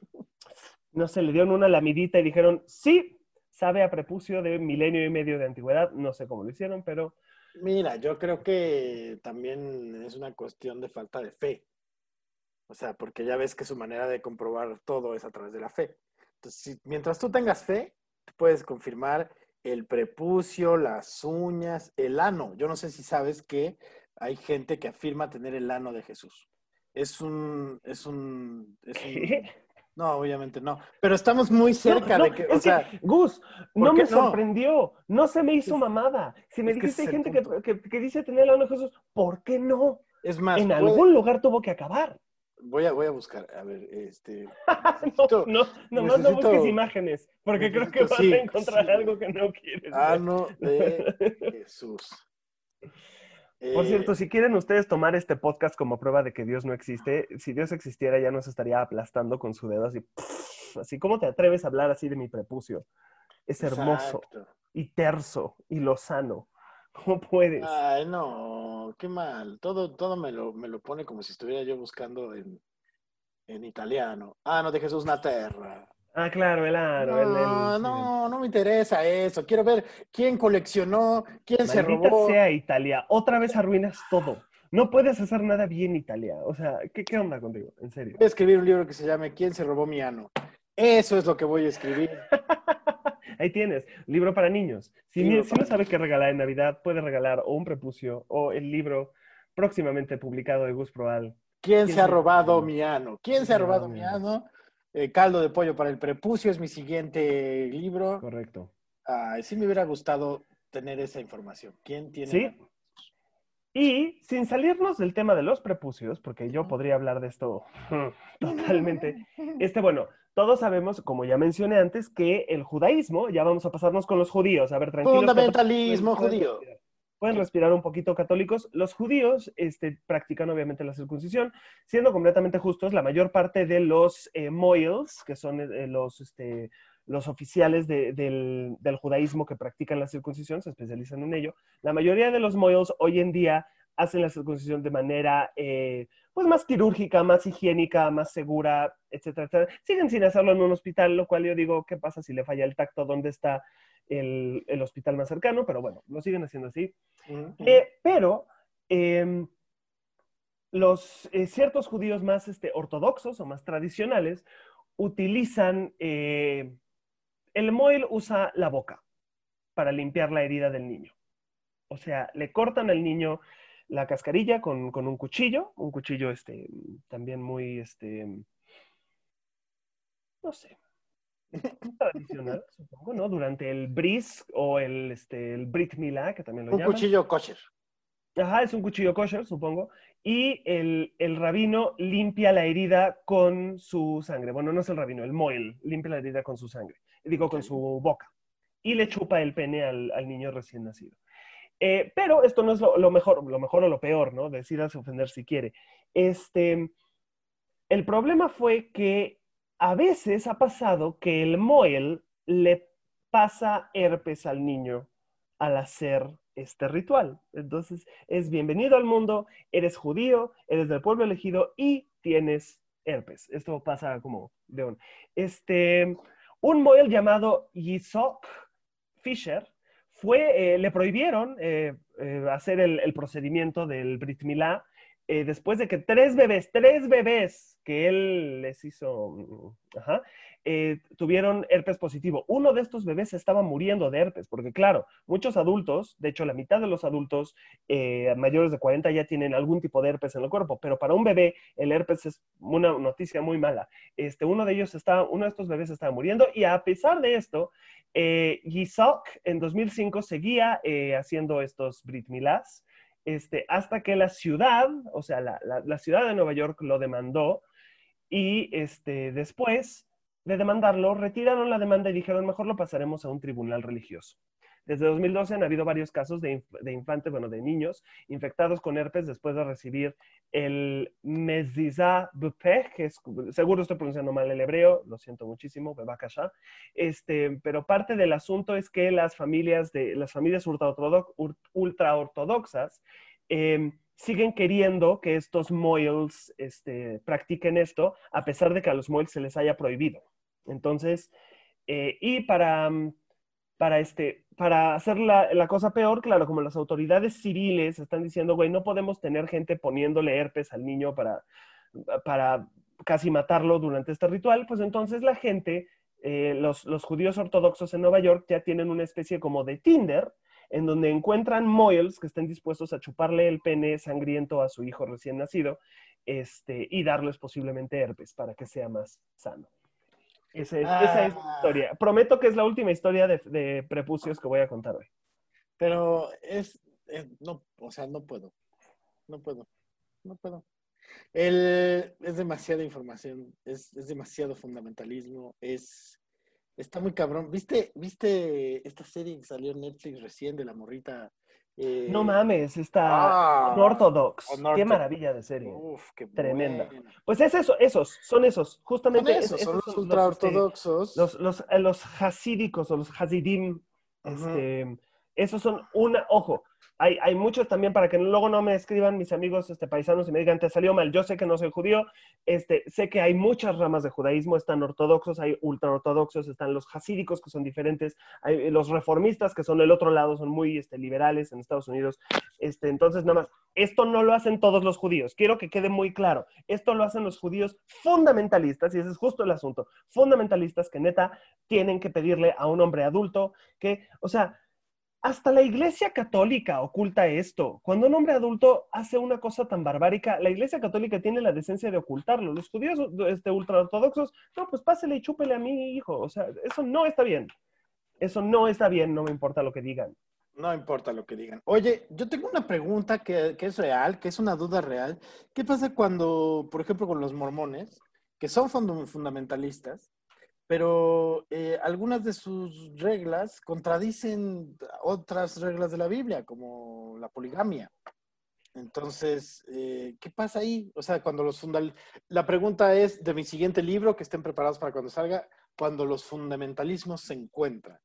no sé, le dieron una lamidita y dijeron, sí, sabe a prepucio de milenio y medio de antigüedad. No sé cómo lo hicieron, pero Mira, yo creo que también es una cuestión de falta de fe. O sea, porque ya ves que su manera de comprobar todo es a través de la fe. Entonces, si- mientras tú tengas fe, tú puedes confirmar el prepucio, las uñas, el ano. Yo no sé si sabes que hay gente que afirma tener el ano de Jesús. Es un, es un, es ¿qué? un, no, obviamente no. Pero estamos muy No, cerca no, de que, o es que, sea, Gus, ¿por no qué me no? sorprendió, no se me Es que, hizo mamada. Si me es que ese dijiste es hay el gente que, punto. que, que dice tener el ano de Jesús, ¿por qué no? Es más, En puede, algún lugar tuvo que acabar. voy a, voy a buscar, a ver, este, No, necesito, no, nomás no busques necesito, imágenes, porque creo que necesito, vas a sí, encontrar sí, güey. algo que no quieres ver. Ano de Jesús. Por Eh, cierto, si quieren ustedes tomar este podcast como prueba de que Dios no existe, si Dios existiera ya nos estaría aplastando con su dedo así. Pff, así, ¿cómo te atreves a hablar así de mi prepucio? Es hermoso exacto. y terso y lozano. ¿Cómo puedes? Ay, no, qué mal. Todo, todo me lo, me lo pone como si estuviera yo buscando en, en italiano. Ano de Jesús Naterra. Ah, claro, el aro, el, el, No, sí, el- no, no me interesa eso. Quiero ver quién coleccionó, quién se Maldita robó. sea Italia, otra vez arruinas todo. No puedes hacer nada bien, Italia. O sea, ¿qué, qué onda contigo? En serio. Voy a escribir un libro que se llame ¿Quién se robó mi ano? Eso es lo que voy a escribir. Ahí tienes, libro para niños. Si, ni- Libro si no para sabe qué niños. regalar en Navidad, puede regalar o un prepucio o el libro próximamente publicado de Gus Proal. ¿Quién ¿Quién se ha se llevó mi robado ano? mi ano? ¿Quién ¿Quién se se ha ha llevado robado mi mi ano? ano? Eh, caldo de pollo para el prepucio es mi siguiente libro. Correcto. Ay, sí me hubiera gustado tener esa información. ¿Quién tiene el ¿Sí? ano? Y sin salirnos del tema de los prepucios, porque yo podría hablar de esto totalmente, este, bueno, todos sabemos, como ya mencioné antes, que el judaísmo, ya vamos a pasarnos con los judíos, a ver, tranquilos, católicos, pueden, Fundamentalismo pueden judío. respirar, pueden respirar un poquito católicos. Los judíos este, practican obviamente la circuncisión, siendo completamente justos, la mayor parte de los eh, moils, que son eh, los... Este, los oficiales de, del, del, judaísmo que practican la circuncisión, se especializan en ello. La mayoría de los moils hoy en día hacen la circuncisión de manera eh, pues más quirúrgica, más higiénica, más segura, etcétera, etcétera. Siguen sin hacerlo en un hospital, lo cual yo digo, ¿qué pasa si le falla el tacto? ¿Dónde está el, el hospital más cercano? Pero bueno, lo siguen haciendo así. Uh-huh. Eh, pero eh, los eh, ciertos judíos más este, ortodoxos o más tradicionales utilizan... Eh, el moil usa la boca para limpiar la herida del niño. O sea, le cortan al niño la cascarilla con, con un cuchillo, un cuchillo este, también muy, este, no sé, tradicional, supongo, ¿no? Durante el bris o el, este, el Brit Milá, que también lo un llaman. Un cuchillo kosher. Ajá, es un cuchillo kosher, supongo. Y el, el rabino limpia la herida con su sangre. Bueno, no es el rabino, el moil limpia la herida con su sangre. Digo, okay. Con su boca. Y le chupa el pene al, al niño recién nacido. Eh, pero esto no es lo, lo mejor, lo mejor o lo peor, ¿no? Decídase ofender si quiere. Este, el problema fue que a veces ha pasado que el moil le pasa herpes al niño al hacer este ritual. Entonces, es bienvenido al mundo, eres judío, eres del pueblo elegido y tienes herpes. Esto pasa como de un... Este, un moil llamado Yitzhak Fisher fue, eh, le prohibieron eh, eh, hacer el, el procedimiento del Brit Milá eh, después de que tres bebés, tres bebés que él les hizo, ajá, eh, tuvieron herpes positivo. Uno de estos bebés estaba muriendo de herpes, porque claro, muchos adultos, de hecho la mitad de los adultos eh, mayores de cuarenta ya tienen algún tipo de herpes en el cuerpo, pero para un bebé el herpes es una noticia muy mala. Este, uno de ellos estaba, uno de estos bebés estaba muriendo y a pesar de esto, eh, Yitzhak en dos mil cinco seguía eh, haciendo estos Brit Milás, este, hasta que la ciudad, o sea, la, la, la ciudad de Nueva York lo demandó y este, después de demandarlo, retiraron la demanda y dijeron, mejor lo pasaremos a un tribunal religioso. Desde dos mil doce han habido varios casos de, inf de infantes, bueno, de niños infectados con herpes después de recibir el Mezizah Bupeh, que es, seguro estoy pronunciando mal el hebreo, lo siento muchísimo, Bebakasha, este, pero parte del asunto es que las familias, de, las familias ultraortodoxas eh, siguen queriendo que estos moils este, practiquen esto, a pesar de que a los moils se les haya prohibido. Entonces, eh, y para, para, este, para hacer la, la cosa peor, claro, como las autoridades civiles están diciendo, güey, no podemos tener gente poniéndole herpes al niño para, para casi matarlo durante este ritual, pues entonces la gente, eh, los, los judíos ortodoxos en Nueva York ya tienen una especie como de Tinder, en donde encuentran moils que estén dispuestos a chuparle el pene sangriento a su hijo recién nacido este, y darles posiblemente herpes para que sea más sano. Esa es, ah, esa es mi historia. Prometo que es la última historia de, de prepucios que voy a contar hoy. Pero es, es, no, o sea, no puedo. No puedo. No puedo. El, es demasiada información, es, es demasiado fundamentalismo, es, está muy cabrón. ¿Viste, ¿Viste esta serie que salió en Netflix recién de la morrita? Eh, no mames, está ah, Unorthodox. Unorthodox. Qué maravilla de serie. Uf, qué tremenda. Buena. Pues es eso, esos, son esos. Justamente son esos, es, son esos los son ultraortodoxos. Los, este, los, los, los hasídicos o los hasidim. Uh-huh. este, esos son una, ojo, hay, hay muchos también para que luego no me escriban mis amigos este, paisanos y me digan, te salió mal. Yo sé que no soy judío, este, sé que hay muchas ramas de judaísmo, están ortodoxos, hay ultraortodoxos, están los hasídicos que son diferentes, hay los reformistas que son el otro lado, son muy este, liberales en Estados Unidos. Este, entonces, nada más, esto no lo hacen todos los judíos, quiero que quede muy claro, esto lo hacen los judíos fundamentalistas, y ese es justo el asunto, fundamentalistas que neta tienen que pedirle a un hombre adulto que, o sea, hasta la Iglesia Católica oculta esto. Cuando un hombre adulto hace una cosa tan barbárica, la Iglesia Católica tiene la decencia de ocultarlo. Los judíos este, ultraortodoxos, no, pues pásele y chúpele a mi hijo. O sea, eso no está bien. Eso no está bien, no me importa lo que digan. No importa lo que digan. Oye, yo tengo una pregunta que, que es real, que es una duda real. ¿Qué pasa cuando, por ejemplo, con los mormones, que son fundamentalistas, pero eh, algunas de sus reglas contradicen otras reglas de la Biblia, como la poligamia? Entonces, eh, ¿qué pasa ahí? O sea, cuando los fundal... La pregunta es de mi siguiente libro, que estén preparados para cuando salga, cuando los fundamentalismos se encuentran.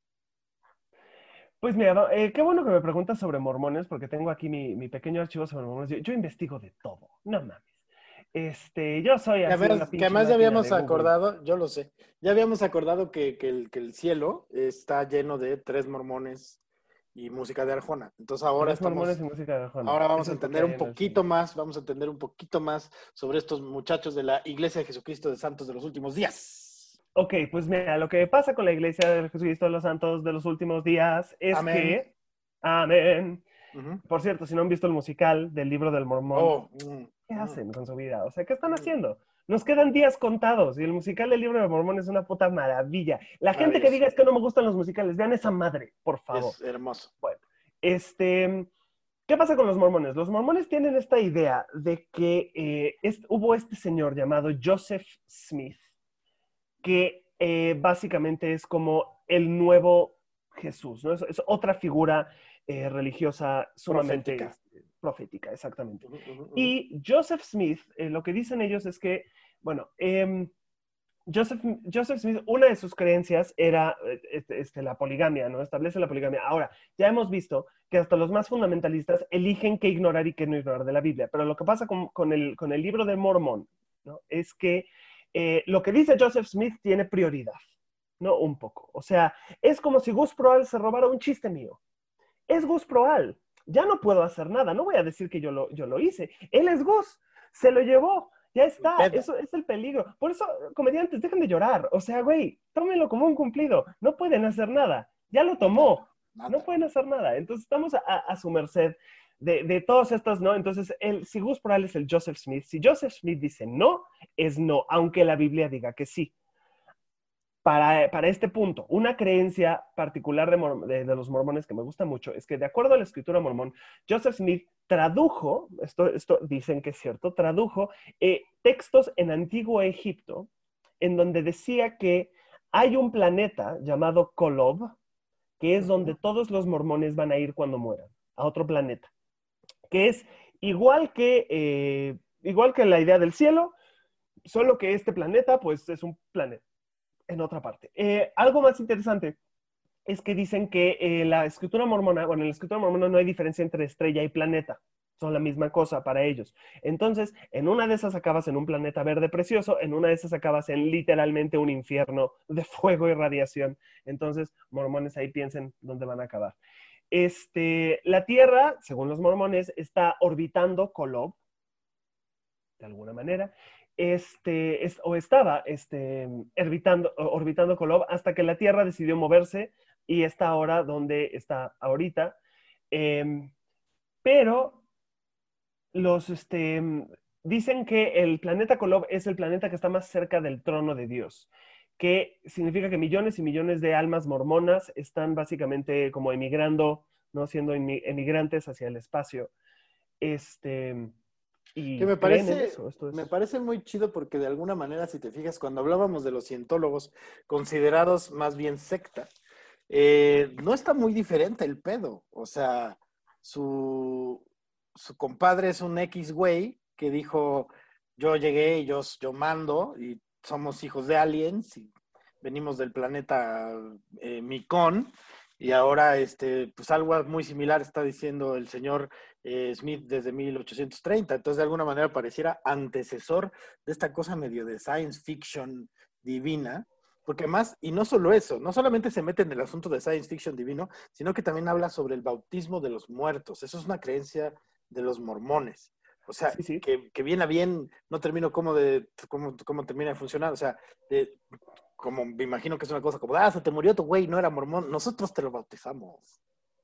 Pues mira, eh, qué bueno que me preguntas sobre mormones, porque tengo aquí mi, mi pequeño archivo sobre mormones. Yo, yo investigo de todo, no mames. Este, yo soy así. Que además, que además ya habíamos acordado, yo lo sé, ya habíamos acordado que, que, el, que el cielo está lleno de tres mormones y música de Arjona. Entonces ahora tres estamos, mormones y música de Arjona. Ahora vamos Eso a entender un poquito más, vamos a entender un poquito más sobre estos muchachos de la Iglesia de Jesucristo de Santos de los Últimos Días. Ok, pues mira, lo que pasa con la Iglesia de Jesucristo de los Santos de los Últimos Días es Amén. que... Amén. Uh-huh. Por cierto, si no han visto el musical del Libro del Mormón, oh, uh, ¿qué uh, hacen con su vida? O sea, ¿qué están uh, haciendo? Nos quedan días contados y el musical del Libro del Mormón es una puta maravilla. La gente que diga es que no me gustan los musicales, vean esa madre, por favor. Es hermoso. Bueno, este... ¿Qué pasa con los mormones? Los mormones tienen esta idea de que eh, es, hubo este señor llamado Joseph Smith, que eh, básicamente es como el nuevo Jesús, ¿no? Es, es otra figura eh, religiosa sumamente profética, profética exactamente. Uh -huh, uh -huh. Y Joseph Smith, eh, lo que dicen ellos es que, bueno, eh, Joseph, Joseph Smith, una de sus creencias era este, este, la poligamia, ¿no? Establece la poligamia. Ahora, ya hemos visto que hasta los más fundamentalistas eligen qué ignorar y qué no ignorar de la Biblia, pero lo que pasa con, con, el, con el Libro de Mormón, ¿no? Es que Eh, lo que dice Joseph Smith tiene prioridad, ¿no? Un poco. O sea, es como si Gus Proal se robara un chiste mío. Es Gus Proal. ya no puedo hacer nada, no voy a decir que yo lo, yo lo hice. Él es Gus, se lo llevó, ya está, eso es el peligro. Por eso, comediantes, dejen de llorar. O sea, güey, tómenlo como un cumplido. No pueden hacer nada, ya lo tomó, no pueden hacer nada. Entonces estamos a, a su merced de, de todos estos, ¿no? Entonces, el, si Gus Proal es el Joseph Smith, si Joseph Smith dice no, es no, aunque la Biblia diga que sí. Para, para este punto, una creencia particular de, de, de los mormones que me gusta mucho es que, de acuerdo a la escritura mormón, Joseph Smith tradujo, esto, esto dicen que es cierto, tradujo eh, textos en Antiguo Egipto en donde decía que hay un planeta llamado Kolob, que es donde todos los mormones van a ir cuando mueran, a otro planeta, que es igual que, eh, igual que la idea del cielo, solo que este planeta, pues, es un planeta en otra parte. Eh, algo más interesante es que dicen que eh, la escritura mormona, bueno, en la escritura mormona no hay diferencia entre estrella y planeta, son la misma cosa para ellos. Entonces, en una de esas acabas en un planeta verde precioso, en una de esas acabas en literalmente un infierno de fuego y radiación. Entonces, mormones ahí piensen dónde van a acabar. Este, la Tierra, según los mormones, está orbitando Kolob, de alguna manera, este, es, o estaba este, orbitando, orbitando Kolob hasta que la Tierra decidió moverse y está ahora donde está ahorita. Eh, pero los, este, dicen que el planeta Kolob es el planeta que está más cerca del trono de Dios, que significa que millones y millones de almas mormonas están básicamente como emigrando, ¿no? Siendo emigrantes hacia el espacio. Este... Y que me parece, eso, esto es... me parece muy chido porque de alguna manera, si te fijas, cuando hablábamos de los cientólogos considerados más bien secta, eh, no está muy diferente el pedo. O sea, su, su compadre es un X güey que dijo, yo llegué y yo, yo mando y somos hijos de aliens y venimos del planeta eh, Micón. Y ahora, este, pues algo muy similar está diciendo el señor eh, Smith desde mil ochocientos treinta. Entonces, de alguna manera pareciera antecesor de esta cosa medio de science fiction divina. Porque más, y no solo eso, no solamente se mete en el asunto de science fiction divino, sino que también habla sobre el bautismo de los muertos. Eso es una creencia de los mormones. O sea, sí, sí. Que, que bien a bien, no termino cómo, de, cómo, cómo termina de funcionar. O sea, de, como me imagino que es una cosa como, ah, se te murió tu güey, no era mormón, nosotros te lo bautizamos.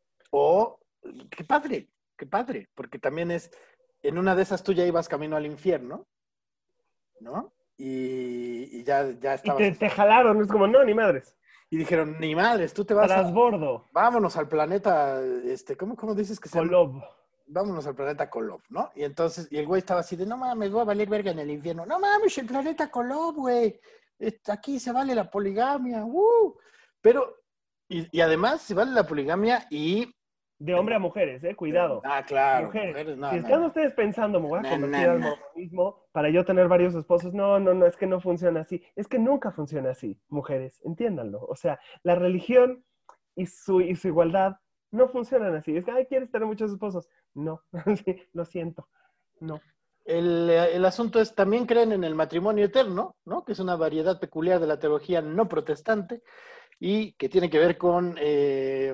O, qué padre, qué padre, porque también es, en una de esas tú ya ibas camino al infierno, ¿no? Y, y ya, ya estabas... Y te, te jalaron, es como, no, ni madres. Y dijeron, ni madres, tú te vas Trasbordo. a... Vámonos al planeta, este, ¿cómo, cómo dices que se llama? Kolob. Vámonos al planeta Kolob, ¿no? Y entonces, y el güey estaba así de, no mames, voy a valer verga en el infierno. No mames, el planeta Kolob, güey. Aquí se vale la poligamia, uh. Pero, y, y además se vale la poligamia y... De hombre a mujeres, eh, cuidado. Ah, claro. Mujeres. mujeres no, si no, están no. ustedes pensando, me voy a No, convertir no, al no. mormonismo para yo tener varios esposos, no, no, no, es que no funciona así. Es que nunca funciona así, mujeres, entiéndanlo. O sea, la religión y su, y su igualdad no funcionan así. Es que, ay, ¿quieres tener muchos esposos? No, sí, lo siento, no. El, el asunto es, también creen en el matrimonio eterno, ¿no? Que es una variedad peculiar de la teología no protestante y que tiene que ver con eh,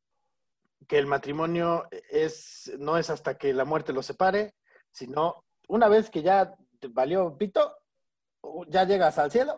que el matrimonio es, no es hasta que la muerte los separe, sino una vez que ya te valió pito, ya llegas al cielo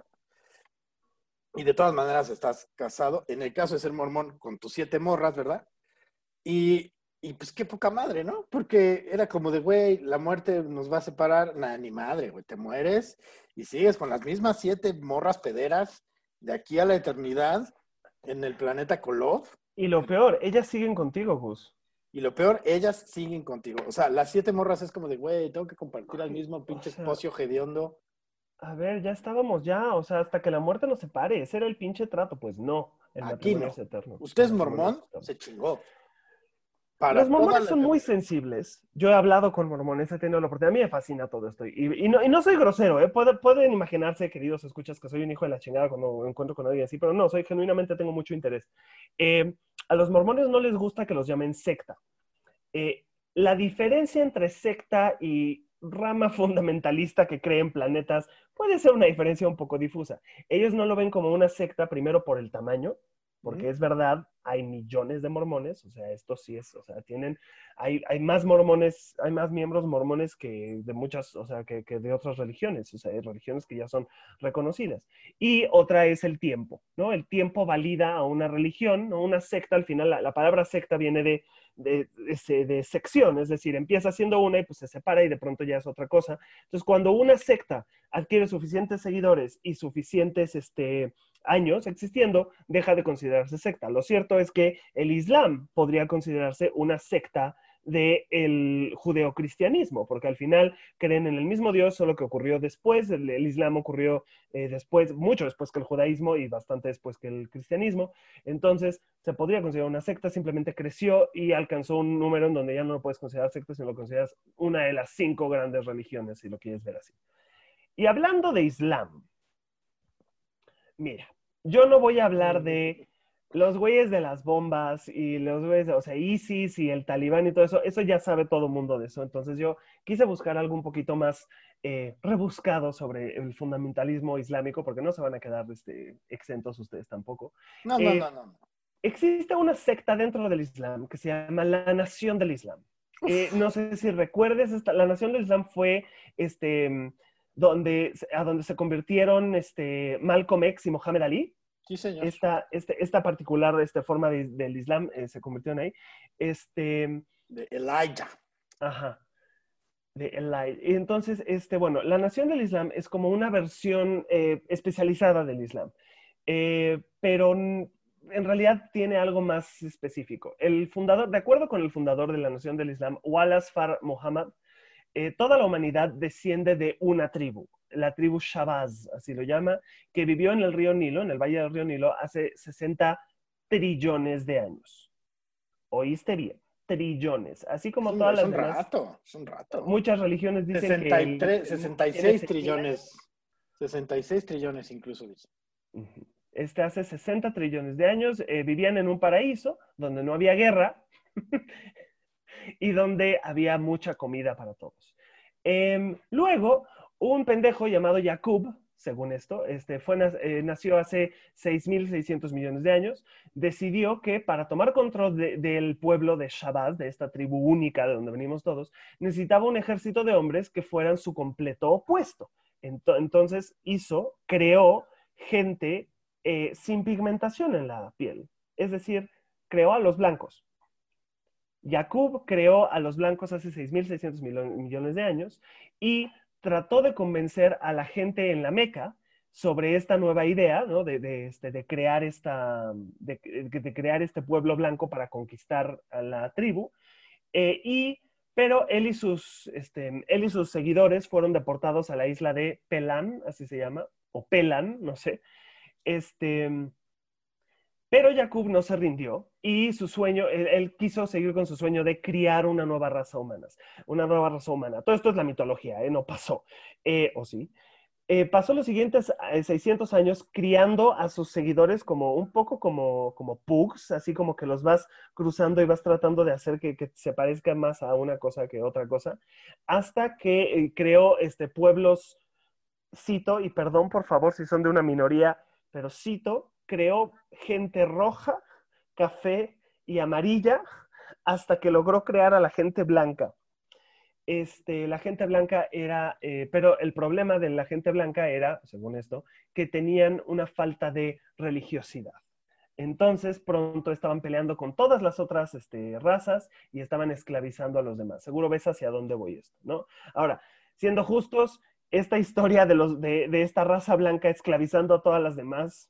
y de todas maneras estás casado, en el caso de ser mormón, con tus siete morras, ¿verdad? Y, y pues qué poca madre, ¿no? Porque era como de, güey, la muerte nos va a separar, nada, ni madre, güey, te mueres y sigues con las mismas siete morras pederas de aquí a la eternidad en el planeta Kolob. Y lo peor, ellas siguen contigo, Gus. Y lo peor, ellas siguen contigo. O sea, las siete morras es como de, güey, tengo que compartir al mismo pinche o sea, espacio hediondo. A ver, ya estábamos ya, o sea, hasta que la muerte nos separe. Ese era el pinche trato. Pues no, el Aquí matrimonio no. es eterno. Usted es El matrimonio mormón, eterno. se chingó. Para Los mormones toda son la muy eternidad. sensibles. Yo he hablado con mormones, he tenido la oportunidad. A mí me fascina todo esto. Y, y, no, y no soy grosero, ¿eh? Pueden, pueden imaginarse, queridos escuchas, que soy un hijo de la chingada cuando encuentro con alguien así, pero no, soy genuinamente tengo mucho interés. Eh, a los mormones no les gusta que los llamen secta. Eh, la diferencia entre secta y rama fundamentalista que cree en planetas puede ser una diferencia un poco difusa. Ellos no lo ven como una secta, primero por el tamaño. porque Ujú. es verdad, hay millones de mormones, o sea, esto sí es, o sea, tienen, hay, hay más mormones, hay más miembros mormones que de muchas, o sea, que, que de otras religiones, o sea, hay religiones que ya son reconocidas. Y otra es el tiempo, ¿no? El tiempo valida a una religión, ¿no? Una secta, al final, la, la palabra secta viene de, de, de, de sección, es decir, empieza siendo una y pues se separa y de pronto ya es otra cosa. Entonces, cuando una secta adquiere suficientes seguidores y suficientes, este, años existiendo, deja de considerarse secta. Lo cierto es que el Islam podría considerarse una secta del judeocristianismo, porque al final creen en el mismo Dios, solo que ocurrió después, el, el Islam ocurrió eh, después, mucho después que el judaísmo y bastante después que el cristianismo, entonces se podría considerar una secta, simplemente creció y alcanzó un número en donde ya no lo puedes considerar secta, sino lo consideras una de las cinco grandes religiones, si lo quieres ver así. Y hablando de Islam, mira, yo no voy a hablar de los güeyes de las bombas y los güeyes, de, o sea, ISIS y el Talibán y todo eso, eso ya sabe todo el mundo de eso. Entonces yo quise buscar algo un poquito más eh, rebuscado sobre el fundamentalismo islámico, porque no se van a quedar este, exentos ustedes tampoco. No, no, Eh, no, no. existe una secta dentro del Islam que se llama la Nación del Islam. Eh, no sé si recuerdes, esta, la Nación del Islam fue este, donde, a donde se convirtieron este, Malcolm X y Mohammed Ali. Sí, señor. Esta, este, esta particular este, forma de, del Islam eh, se convirtió en ahí. Este, De Elijah. ajá. De Eli. Y entonces, este, bueno, la Nación del Islam es como una versión eh, especializada del Islam, eh, pero en realidad tiene algo más específico. El fundador, de acuerdo con el fundador de la Nación del Islam, Wallace Fard Muhammad, eh, toda la humanidad desciende de una tribu, la tribu Shabazz, así lo llama, que vivió en el río Nilo, en el valle del río Nilo, hace sesenta trillones de años. ¿Oíste bien? Trillones. Así Es como un, todas es las un demás, rato, es un rato. muchas religiones dicen sesenta que y el, tres, el mundo sesenta y tiene seis seis mil años. trillones. sesenta y seis trillones incluso dice. Ujú. Este hace sesenta trillones de años eh, vivían en un paraíso donde no había guerra y donde había mucha comida para todos. Eh, luego, un pendejo llamado Jacob, según esto, este, fue, eh, nació hace seis mil seiscientos millones de años, decidió que para tomar control de, del pueblo de Shabazz, de esta tribu única de donde venimos todos, necesitaba un ejército de hombres que fueran su completo opuesto. Ent- entonces hizo, creó gente eh, sin pigmentación en la piel, es decir, creó a los blancos. Jacob creó a los blancos hace seis mil seiscientos millones de años y trató de convencer a la gente en la Meca sobre esta nueva idea, ¿no? de, de, este, de, crear esta, de, de, crear este pueblo blanco para conquistar a la tribu. Eh, y, pero él y, sus, este, él y sus seguidores fueron deportados a la isla de Pelán, así se llama, o Pelan, no sé. Este, pero Jacob no se rindió y su sueño, él, él, quiso seguir con su sueño de criar una nueva raza humana. Una nueva raza humana. Todo esto es la mitología, ¿eh? No pasó. Eh, ¿O sí? Eh, pasó los siguientes eh, seiscientos años criando a sus seguidores como un poco como, como pugs, así como que los vas cruzando y vas tratando de hacer que, que se parezca más a una cosa que otra cosa, hasta que eh, creó este, pueblos, cito, y perdón por favor si son de una minoría, pero cito, creó gente roja, café y amarilla hasta que logró crear a la gente blanca. Este, la gente blanca era, eh, pero el problema de la gente blanca era, según esto, que tenían una falta de religiosidad. Entonces, pronto estaban peleando con todas las otras este, razas y estaban esclavizando a los demás. Seguro ves hacia dónde voy esto, ¿no? Ahora, siendo justos, esta historia de, los, de, de esta raza blanca esclavizando a todas las demás,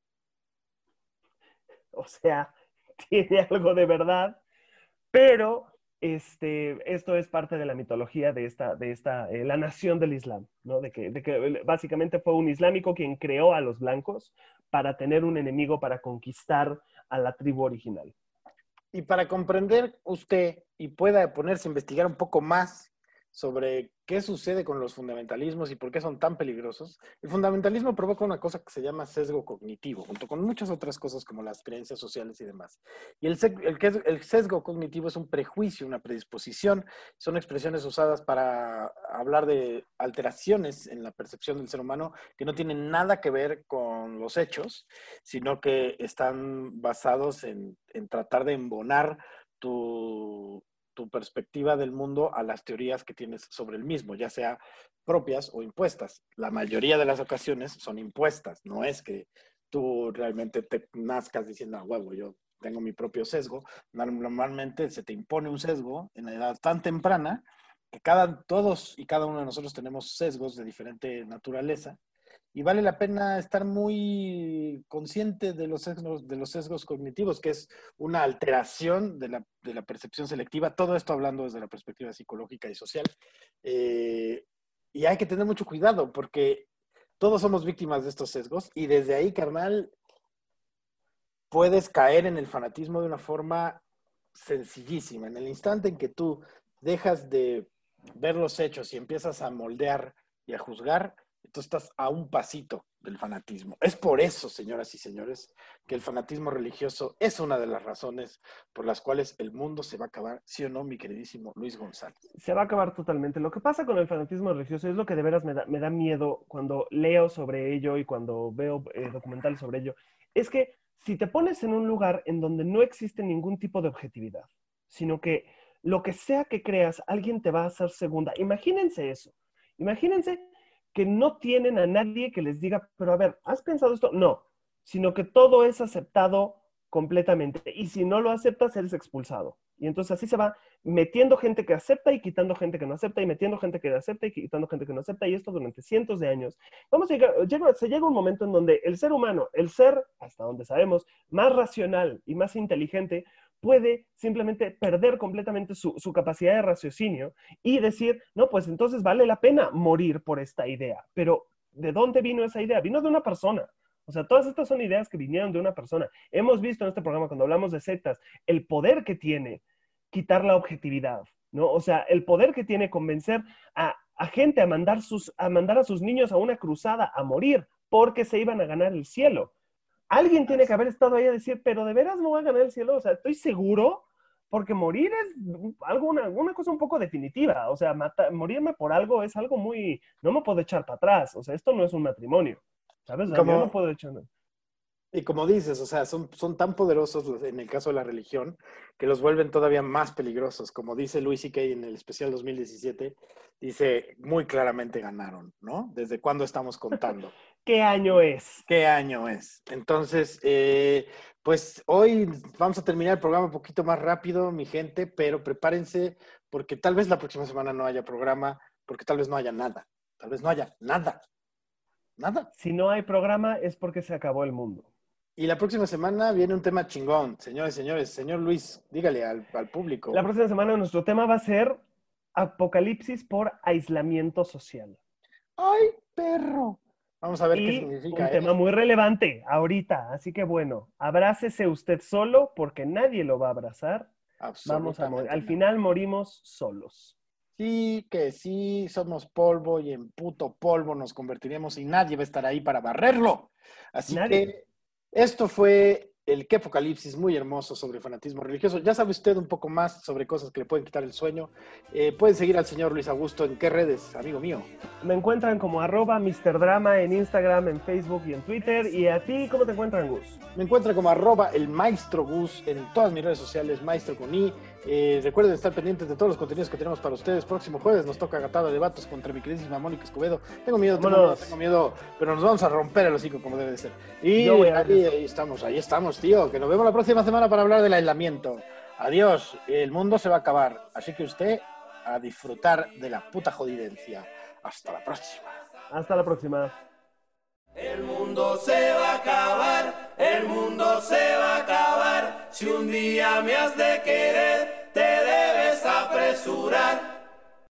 o sea, tiene algo de verdad, pero este, esto es parte de la mitología de esta, de esta eh, la nación del Islam, ¿no? De que, de que básicamente fue un islámico quien creó a los blancos para tener un enemigo para conquistar a la tribu original. Y para comprender usted y pueda ponerse a investigar un poco más sobre qué sucede con los fundamentalismos y por qué son tan peligrosos. El fundamentalismo provoca una cosa que se llama sesgo cognitivo, junto con muchas otras cosas como las creencias sociales y demás. Y el, el, el sesgo cognitivo es un prejuicio, una predisposición, son expresiones usadas para hablar de alteraciones en la percepción del ser humano que no tienen nada que ver con los hechos, sino que están basados en, en tratar de embonar tu... tu perspectiva del mundo a las teorías que tienes sobre el mismo, ya sea propias o impuestas. La mayoría de las ocasiones son impuestas, no es que tú realmente te nazcas diciendo, ah, huevo, yo tengo mi propio sesgo. Normalmente se te impone un sesgo en la edad tan temprana que cada, todos y cada uno de nosotros tenemos sesgos de diferente naturaleza. Y vale la pena estar muy consciente de los sesgos, de los sesgos cognitivos, que es una alteración de la, de la percepción selectiva. Todo esto hablando desde la perspectiva psicológica y social. Eh, y hay que tener mucho cuidado porque todos somos víctimas de estos sesgos y desde ahí, carnal, puedes caer en el fanatismo de una forma sencillísima. En el instante en que tú dejas de ver los hechos y empiezas a moldear y a juzgar, tú estás a un pasito del fanatismo. Es por eso, señoras y señores, que el fanatismo religioso es una de las razones por las cuales el mundo se va a acabar, ¿sí o no, mi queridísimo Luis González? Se va a acabar totalmente. Lo que pasa con el fanatismo religioso es lo que de veras me da, me da miedo cuando leo sobre ello y cuando veo eh, documentales sobre ello. Es que si te pones en un lugar en donde no existe ningún tipo de objetividad, sino que lo que sea que creas, alguien te va a hacer segunda. Imagínense eso. Imagínense que no tienen a nadie que les diga, pero a ver, ¿has pensado esto? No, sino que todo es aceptado completamente. Y si no lo aceptas, eres expulsado. Y entonces así se va metiendo gente que acepta y quitando gente que no acepta y metiendo gente que acepta y quitando gente que no acepta. Y esto durante cientos de años. Vamos a llegar, llega, se llega un momento en donde el ser humano, el ser, hasta donde sabemos, más racional y más inteligente, puede simplemente perder completamente su, su capacidad de raciocinio y decir, no, pues entonces vale la pena morir por esta idea. Pero, ¿de dónde vino esa idea? Vino de una persona. O sea, todas estas son ideas que vinieron de una persona. Hemos visto en este programa, cuando hablamos de sectas, el poder que tiene quitar la objetividad, ¿no? O sea, el poder que tiene convencer a, a gente a mandar, sus, a mandar a sus niños a una cruzada a morir porque se iban a ganar el cielo. Alguien tiene que haber estado ahí a decir, pero ¿de veras no voy a ganar el cielo? O sea, estoy seguro, porque morir es algo, una, una cosa un poco definitiva. O sea, mata, morirme por algo es algo muy... No me puedo echar para atrás. O sea, esto no es un matrimonio. ¿Sabes? O sea, yo no puedo echar... Y como dices, o sea, son, son tan poderosos en el caso de la religión que los vuelven todavía más peligrosos. Como dice Louis C K en el especial dos mil diecisiete, dice, muy claramente ganaron, ¿no? ¿Desde cuándo estamos contando? ¿Qué año es? ¿Qué año es? Entonces, eh, pues hoy vamos a terminar el programa un poquito más rápido, mi gente, pero prepárense porque tal vez la próxima semana no haya programa, porque tal vez no haya nada. Tal vez no haya nada. Nada. Si no hay programa es porque se acabó el mundo. Y la próxima semana viene un tema chingón. Señores, señores, señor Luis, dígale al, al público. La próxima semana nuestro tema va a ser apocalipsis por aislamiento social. ¡Ay, perro! Vamos a ver y qué significa. Un tema ¿eh? muy relevante ahorita. Así que bueno, abrácese usted solo porque nadie lo va a abrazar. Vamos a morir. Al no. final morimos solos. Sí, que sí, somos polvo y en puto polvo nos convertiremos y nadie va a estar ahí para barrerlo. Así nadie. que esto fue el Que Apocalipsis, muy hermoso sobre fanatismo religioso. Ya sabe usted un poco más sobre cosas que le pueden quitar el sueño. Eh, pueden seguir al señor Luis Augusto en qué redes, amigo mío. Me encuentran como arroba mister Drama en Instagram, en Facebook y en Twitter. ¿Y a ti cómo te encuentran, Gus? Me encuentran como arroba el maestro Gus en todas mis redes sociales, maestro con I. Eh, recuerden estar pendientes de todos los contenidos que tenemos para ustedes. Próximo jueves nos toca Gatada de Vatos contra mi queridísima Mónica Escobedo. Tengo miedo, tengo miedo, tengo miedo, pero nos vamos a romper el hocico como debe de ser. Y ahí, ahí estamos, ahí estamos, tío. Que nos vemos la próxima semana para hablar del aislamiento. Adiós, el mundo se va a acabar. Así que usted a disfrutar de la puta jodidencia. Hasta la próxima. Hasta la próxima. El mundo se va a acabar, el mundo se va a acabar. Si un día me has de querer, te debes apresurar.